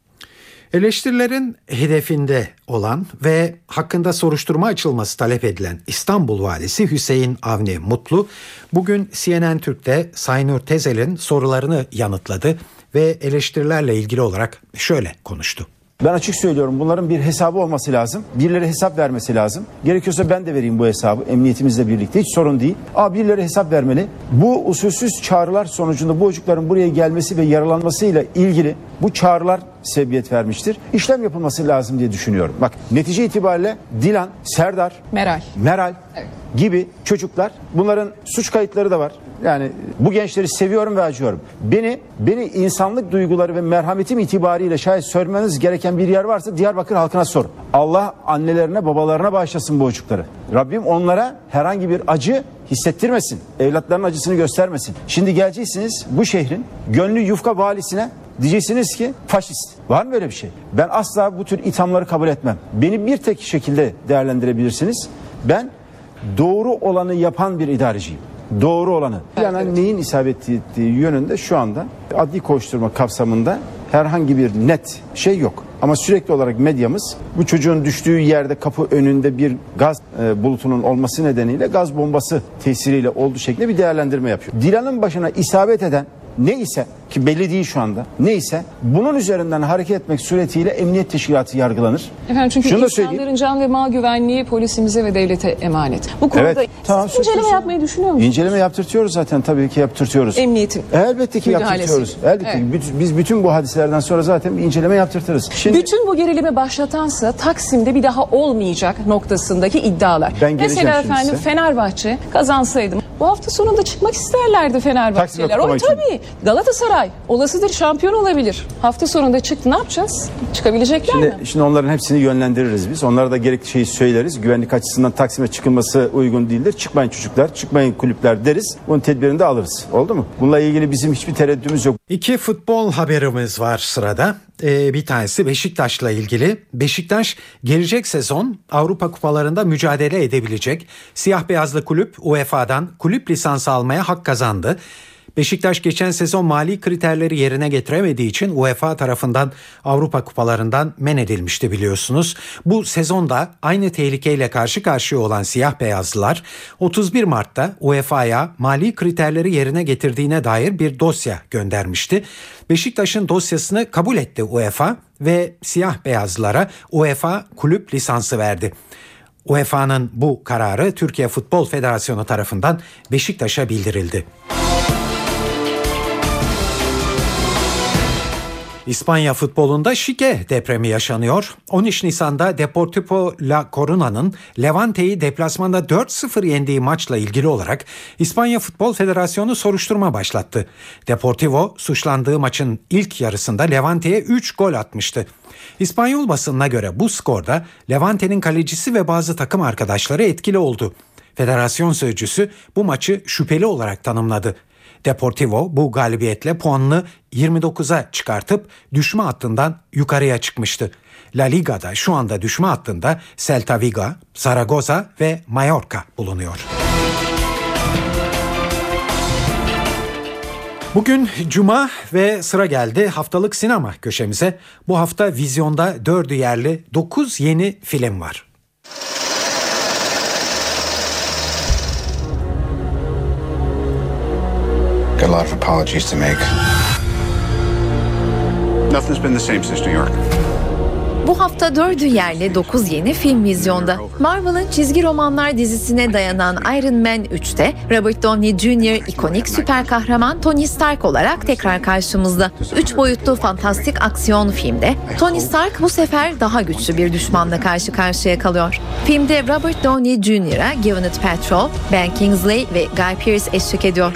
Eleştirilerin hedefinde olan ve hakkında soruşturma açılması talep edilen İstanbul Valisi Hüseyin Avni Mutlu, bugün C N N Türk'te Saynur Tezel'in sorularını yanıtladı ve eleştirilerle ilgili olarak şöyle konuştu. Ben açık söylüyorum, bunların bir hesabı olması lazım. Birileri hesap vermesi lazım. Gerekiyorsa ben de vereyim bu hesabı emniyetimizle birlikte. Hiç sorun değil. Ama birileri hesap vermeli. Bu usulsüz çağrılar sonucunda bu çocukların buraya gelmesi ve yaralanmasıyla ilgili bu çağrılar sebebiyet vermiştir. İşlem yapılması lazım diye düşünüyorum. Bak, netice itibariyle Dilan, Serdar, Meral, Meral evet. gibi çocuklar, bunların suç kayıtları da var. Yani bu gençleri seviyorum ve acıyorum. Beni beni insanlık duyguları ve merhametim itibariyle şayet sormanız gereken bir yer varsa Diyarbakır halkına sor. Allah annelerine, babalarına bağışlasın bu çocukları. Rabbim onlara herhangi bir acı hissettirmesin. Evlatlarının acısını göstermesin. Şimdi geleceksiniz bu şehrin gönlü yufka valisine, diyeceksiniz ki faşist. Var mı böyle bir şey? Ben asla bu tür ithamları kabul etmem. Beni bir tek şekilde değerlendirebilirsiniz. Ben doğru olanı yapan bir idareciyim. Doğru olanı. Yani evet, evet. Neyin isabet ettiği yönünde şu anda adli koşturma kapsamında herhangi bir net şey yok. Ama sürekli olarak medyamız bu çocuğun düştüğü yerde kapı önünde bir gaz e, bulutunun olması nedeniyle gaz bombası tesiriyle olduğu şeklinde bir değerlendirme yapıyor. Dilan'ın başına isabet eden ne ise, ki belli değil şu anda, ne ise bunun üzerinden hareket etmek suretiyle emniyet teşkilatı yargılanır. Efendim, çünkü insanların can ve mal güvenliği polisimize ve devlete emanet. Bu konuda evet, tamam, inceleme yapmayı düşünüyor musunuz? İnceleme yaptırtıyoruz zaten, tabii ki yaptırtıyoruz. Emniyetin elbette ki yaptırtıyoruz. Elbette evet. ki. Biz bütün bu hadiselerden sonra zaten bir inceleme yaptırtırız. Şimdi, bütün bu gerilimi başlatansa Taksim'de bir daha olmayacak noktasındaki iddialar. Ben Mesela efendim size. Fenerbahçe kazansaydım bu hafta sonunda çıkmak isterlerdi Fenerbahçeliler. O tabii Galatasaray olasıdır şampiyon olabilir. Hafta sonunda çıktı, ne yapacağız? Çıkabilecekler şimdi, mi? Şimdi onların hepsini yönlendiririz biz. Onlara da gerekli şeyi söyleriz. Güvenlik açısından Taksim'e çıkılması uygun değildir. Çıkmayın çocuklar, çıkmayın kulüpler deriz. Bunun tedbirini de alırız. Oldu mu? Bununla ilgili bizim hiçbir tereddütümüz yok. İki futbol haberimiz var sırada. Ee, bir tanesi Beşiktaş'la ilgili. Beşiktaş gelecek sezon Avrupa kupalarında mücadele edebilecek. Siyah beyazlı kulüp U E F A'dan kulüp lisansı almaya hak kazandı. Beşiktaş geçen sezon mali kriterleri yerine getiremediği için UEFA tarafından Avrupa kupalarından men edilmişti biliyorsunuz. Bu sezonda aynı tehlikeyle karşı karşıya olan siyah beyazlılar otuz bir Mart'ta UEFA'ya mali kriterleri yerine getirdiğine dair bir dosya göndermişti. Beşiktaş'ın dosyasını kabul etti UEFA ve siyah beyazlılara UEFA kulüp lisansı verdi. UEFA'nın bu kararı Türkiye Futbol Federasyonu tarafından Beşiktaş'a bildirildi. İspanya futbolunda şike depremi yaşanıyor. on üç Nisan'da Deportivo La Coruna'nın Levante'yi deplasmanda dört sıfır yendiği maçla ilgili olarak İspanya Futbol Federasyonu soruşturma başlattı. Deportivo suçlandığı maçın ilk yarısında Levante'ye üç gol atmıştı. İspanyol basınına göre bu skorda Levante'nin kalecisi ve bazı takım arkadaşları etkili oldu. Federasyon sözcüsü bu maçı şüpheli olarak tanımladı. Deportivo bu galibiyetle puanını yirmi dokuza çıkartıp düşme hattından yukarıya çıkmıştı. La Liga'da şu anda düşme hattında Celta Vigo, Zaragoza ve Mallorca bulunuyor. Bugün Cuma ve sıra geldi haftalık sinema köşemize. Bu hafta vizyonda dördü yerli dokuz yeni film var. Got a lot of apologies to make. Nothing's been the same since New York. Bu hafta dördü yerli dokuz yeni film vizyonda. Marvel'ın çizgi romanlar dizisine dayanan Iron Man üçte Robert Downey Junior ikonik süper kahraman Tony Stark olarak tekrar karşımızda. Üç boyutlu fantastik aksiyon filmde Tony Stark bu sefer daha güçlü bir düşmanla karşı karşıya kalıyor. Filmde Robert Downey Junior'a Gwyneth Paltrow, Ben Kingsley ve Guy Pearce eşlik ediyor.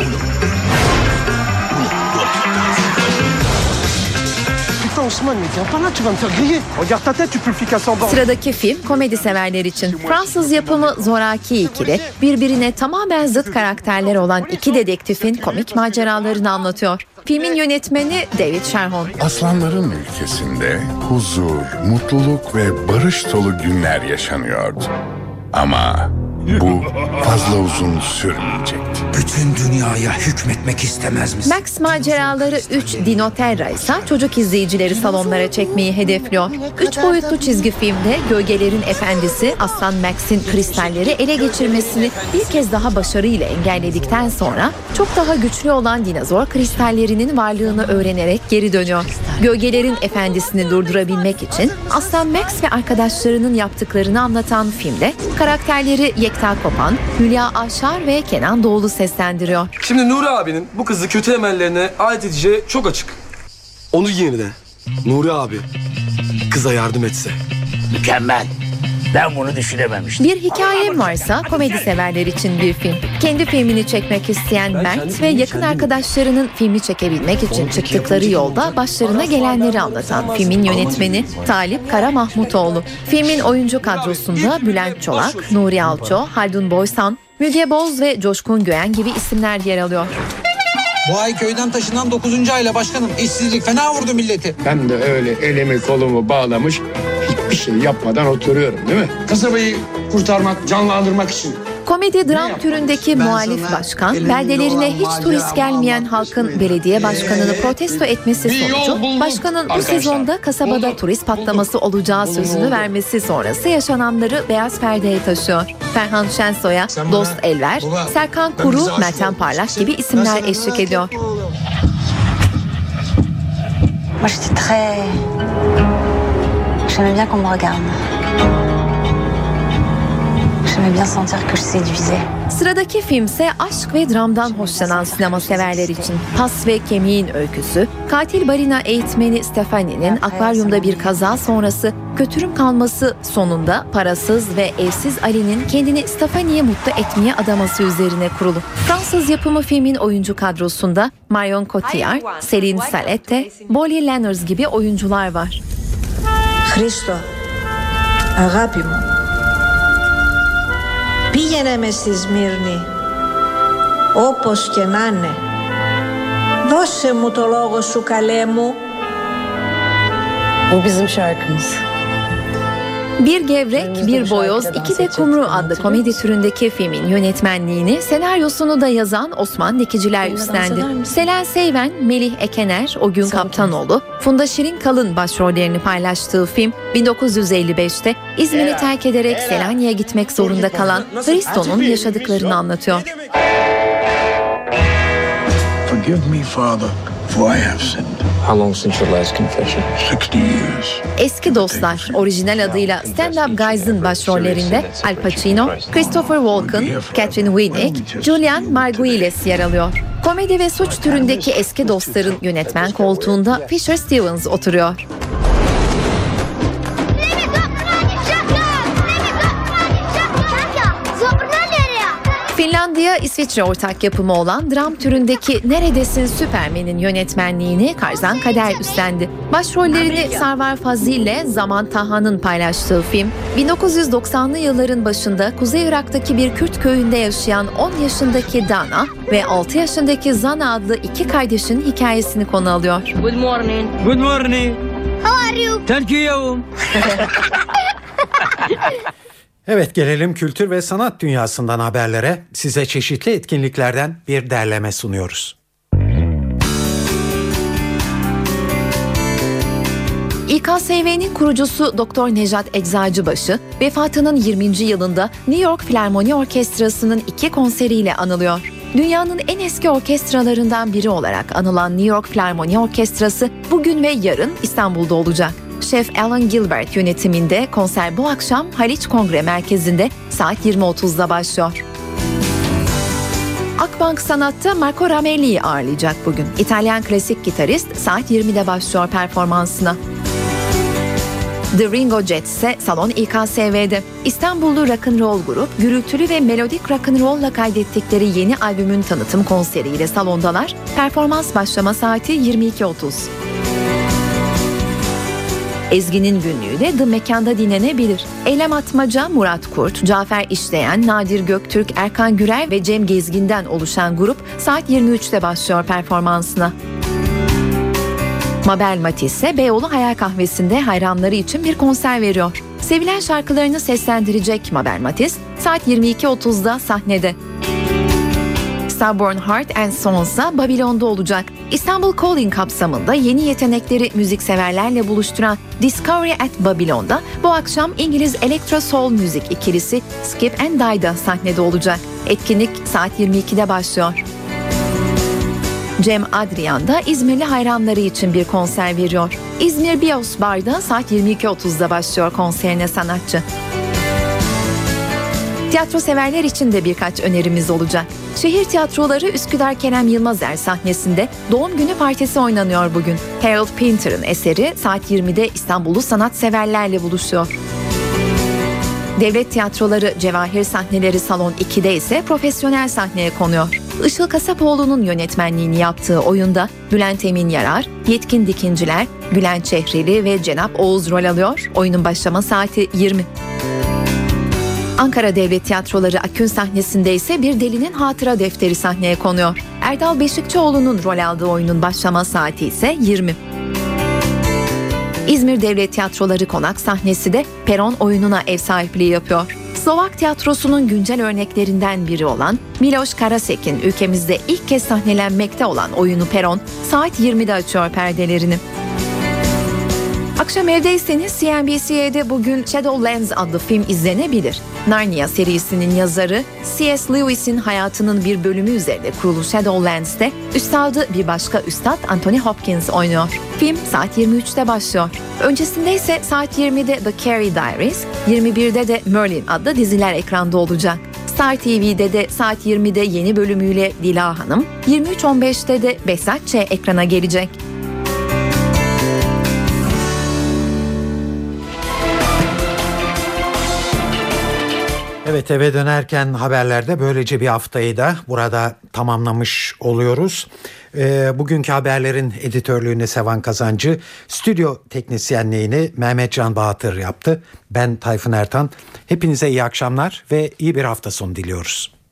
Sıradaki film komedi severler için. Fransız yapımı Zoraki ikili birbirine tamamen zıt karakterler olan iki dedektifin komik maceralarını anlatıyor. Filmin yönetmeni David Sherhon. Aslanların ülkesinde huzur, mutluluk ve barış dolu günler yaşanıyordu. Ama bu fazla uzun sürmeyecekti. Bütün dünyaya hükmetmek istemez misin? Max maceraları üç Dino Terra ise çocuk izleyicileri salonlara çekmeyi hedefliyor. Üç boyutlu çizgi filmde Gölgelerin Efendisi Aslan Max'in kristalleri ele geçirmesini bir kez daha başarıyla engelledikten sonra çok daha güçlü olan dinozor kristallerinin varlığını öğrenerek geri dönüyor. Gölgelerin Efendisi'ni durdurabilmek için Aslan Max ve arkadaşlarının yaptıklarını anlatan filmde karakterleri Yekta Kopan, Hülya Avşar ve Kenan Doğulu seslendiriyor. Şimdi Nuri abinin bu kızı kötü emellerine alet edeceği çok açık. Onun yerine Nuri abi kıza yardım etse. Mükemmel. Ben bunu düşünememiştim. Bir hikayem varsa komedi severler için bir film. Kendi filmini çekmek isteyen Mert ve yakın arkadaşlarının filmi çekebilmek için çıktıkları yolda başlarına gelenleri anlatan filmin yönetmeni Talip Karamahmutoğlu. Filmin oyuncu kadrosunda Bülent Çolak, Nuri Alço, Haldun Boysan, Müge Boz ve Coşkun Göğen gibi isimler yer alıyor. Bu ay köyden taşınan dokuzuncu ayla başkanım. İşsizlik fena vurdu milleti. Ben de öyle elimi kolumu bağlamış hiçbir şey yapmadan oturuyorum değil mi? Kasabayı kurtarmak, canlandırmak için. Komedi dram türündeki muhalif başkan, beldelerine hiç turist gelmeyen halkın belediye başkanını protesto etmesi sonucu, başkanın bu sezonda kasabada turist patlaması olacağı sözünü vermesi sonrası yaşananları beyaz perdeye taşıyor. Ferhan Şensoy'a Dost Elver, Serkan Kuru, Meltem Parlak gibi isimler eşlik ediyor. Moi j'étais très... J'aimais bien qu'on me regarde. J'aimais bien sentir que je séduisais. Sıradaki filmse aşk ve dramdan hoşlanan sinema severler için. Pas ve Kemiğin öyküsü, katil balina eğitmeni Stefani'nin akvaryumda bir kaza sonrası kötürüm kalması sonunda parasız ve evsiz Ali'nin kendini Stefani'ye mutlu etmeye adaması üzerine kurulu. Fransız yapımı filmin oyuncu kadrosunda Marion Cotillard, Céline Salette, Bolly Lenners gibi oyuncular var. Χριστό, αγάπη μου, πήγαινε με στη Σμύρνη, όπως και να είναι. Δώσε μου το λόγο σου, καλέ μου. Bu bizim şarkımız. Bir Gevrek, Bir Boyoz, İki de Kumru adlı komedi türündeki filmin yönetmenliğini, senaryosunu da yazan Osman Dikiciler üstlendi. Selen Seyven, Melih Ekener, O Gün Kaptanoğlu, Funda Şirin Kalın başrollerini paylaştığı film, bin dokuz yüz elli beşte İzmir'i terk ederek Selanik'e gitmek zorunda kalan Hristo'nun yaşadıklarını anlatıyor. Forgive me, Father, for I have sinned. How long since your last confession? sixty years. Eski Dostlar, orijinal adıyla Stand Up Guys'ın başrollerinde Al Pacino, Christopher Walken, Catherine Winnick, Julian Margulies yer alıyor. Komedi ve suç türündeki eski dostların yönetmen koltuğunda Fisher Stevens oturuyor. Finlandiya, İsviçre ortak yapımı olan dram türündeki Neredesin Süpermen'in yönetmenliğini Karzan Kader üstlendi. Başrollerini Sarvar Fazil ile Zaman Taha'nın paylaştığı film, bin dokuz yüz doksanlı yılların başında Kuzey Irak'taki bir Kürt köyünde yaşayan on yaşındaki Dana ve altı yaşındaki Zana adlı iki kardeşin hikayesini konu alıyor. Good morning. Good morning. How are you? Thank you. Evet, gelelim kültür ve sanat dünyasından haberlere. Size çeşitli etkinliklerden bir derleme sunuyoruz. İ K S V'nin kurucusu Doktor Nejat Eczacıbaşı, vefatının yirminci yılında New York Filarmoni Orkestrası'nın iki konseriyle anılıyor. Dünyanın en eski orkestralarından biri olarak anılan New York Filarmoni Orkestrası bugün ve yarın İstanbul'da olacak. Şef Alan Gilbert yönetiminde konser bu akşam Haliç Kongre Merkezi'nde saat yirmi otuzda başlıyor. Akbank Sanat'ta Marco Ramelli'yi ağırlayacak bugün. İtalyan klasik gitarist saat yirmide başlıyor performansına. The Ringo Jets ise Salon İ K S V'de. İstanbullu rock'n'roll grup gürültülü ve melodik rock'n'roll'la kaydettikleri yeni albümün tanıtım konseriyle salondalar. Performans başlama saati yirmi iki otuz. Ezgi'nin günlüğü de The Mekan'da dinlenebilir. Eylem Atmaca, Murat Kurt, Cafer İşleyen, Nadir Göktürk, Erkan Gürer ve Cem Gezgin'den oluşan grup saat yirmi üçte başlıyor performansına. Mabel Matiz ise Beyoğlu Hayal Kahvesi'nde hayranları için bir konser veriyor. Sevilen şarkılarını seslendirecek Mabel Matiz saat yirmi iki otuzda sahnede. Stubborn Heart and Sons'a Babilon'da olacak. İstanbul Calling kapsamında yeni yetenekleri müzikseverlerle buluşturan Discovery at Babylon'da bu akşam İngiliz Electro Soul müzik ikilisi Skip and Die'da sahnede olacak. Etkinlik saat yirmi ikide başlıyor. Cem Adrian da İzmirli hayranları için bir konser veriyor. İzmir Bios Bar'da saat yirmi iki otuzda başlıyor konserine sanatçı. Tiyatro severler için de birkaç önerimiz olacak. Şehir tiyatroları Üsküdar Kerem Yılmazer sahnesinde Doğum Günü Partisi oynanıyor bugün. Harold Pinter'ın eseri saat yirmide İstanbullu sanatseverlerle buluşuyor. Devlet tiyatroları Cevahir sahneleri Salon ikide ise profesyonel sahneye konuyor. Işıl Kasapoğlu'nun yönetmenliğini yaptığı oyunda Bülent Emin Yarar, Yetkin Dikinciler, Bülent Çehreli ve Cenap Oğuz rol alıyor. Oyunun başlama saati yirmi. Ankara Devlet Tiyatroları Akün sahnesinde ise Bir Delinin Hatıra Defteri sahneye konuyor. Erdal Beşikçioğlu'nun rol aldığı oyunun başlama saati ise yirmi. İzmir Devlet Tiyatroları Konak sahnesi de Peron oyununa ev sahipliği yapıyor. Slovak tiyatrosunun güncel örneklerinden biri olan Miloš Karasek'in ülkemizde ilk kez sahnelenmekte olan oyunu Peron saat yirmide açıyor perdelerini. Akşam evdeyseniz C N B C'de bugün Shadowlands adlı film izlenebilir. Narnia serisinin yazarı C S Lewis'in hayatının bir bölümü üzerine kurulu Shadowlands'te üstadı bir başka üstad Anthony Hopkins oynuyor. Film saat yirmi üçte başlıyor. Öncesinde ise saat yirmide The Carrie Diaries, yirmi birde de Merlin adlı diziler ekranda olacak. Star T V'de de saat yirmide yeni bölümüyle Dila Hanım, yirmi üç on beşte de Behzat Ç. ekrana gelecek. Evet, eve dönerken haberlerde böylece bir haftayı da burada tamamlamış oluyoruz. Ee, bugünkü haberlerin editörlüğünü Sevan Kazancı, stüdyo teknisyenliğini Mehmet Can Bahatır yaptı. Ben Tayfun Ertan. Hepinize iyi akşamlar ve iyi bir hafta sonu diliyoruz.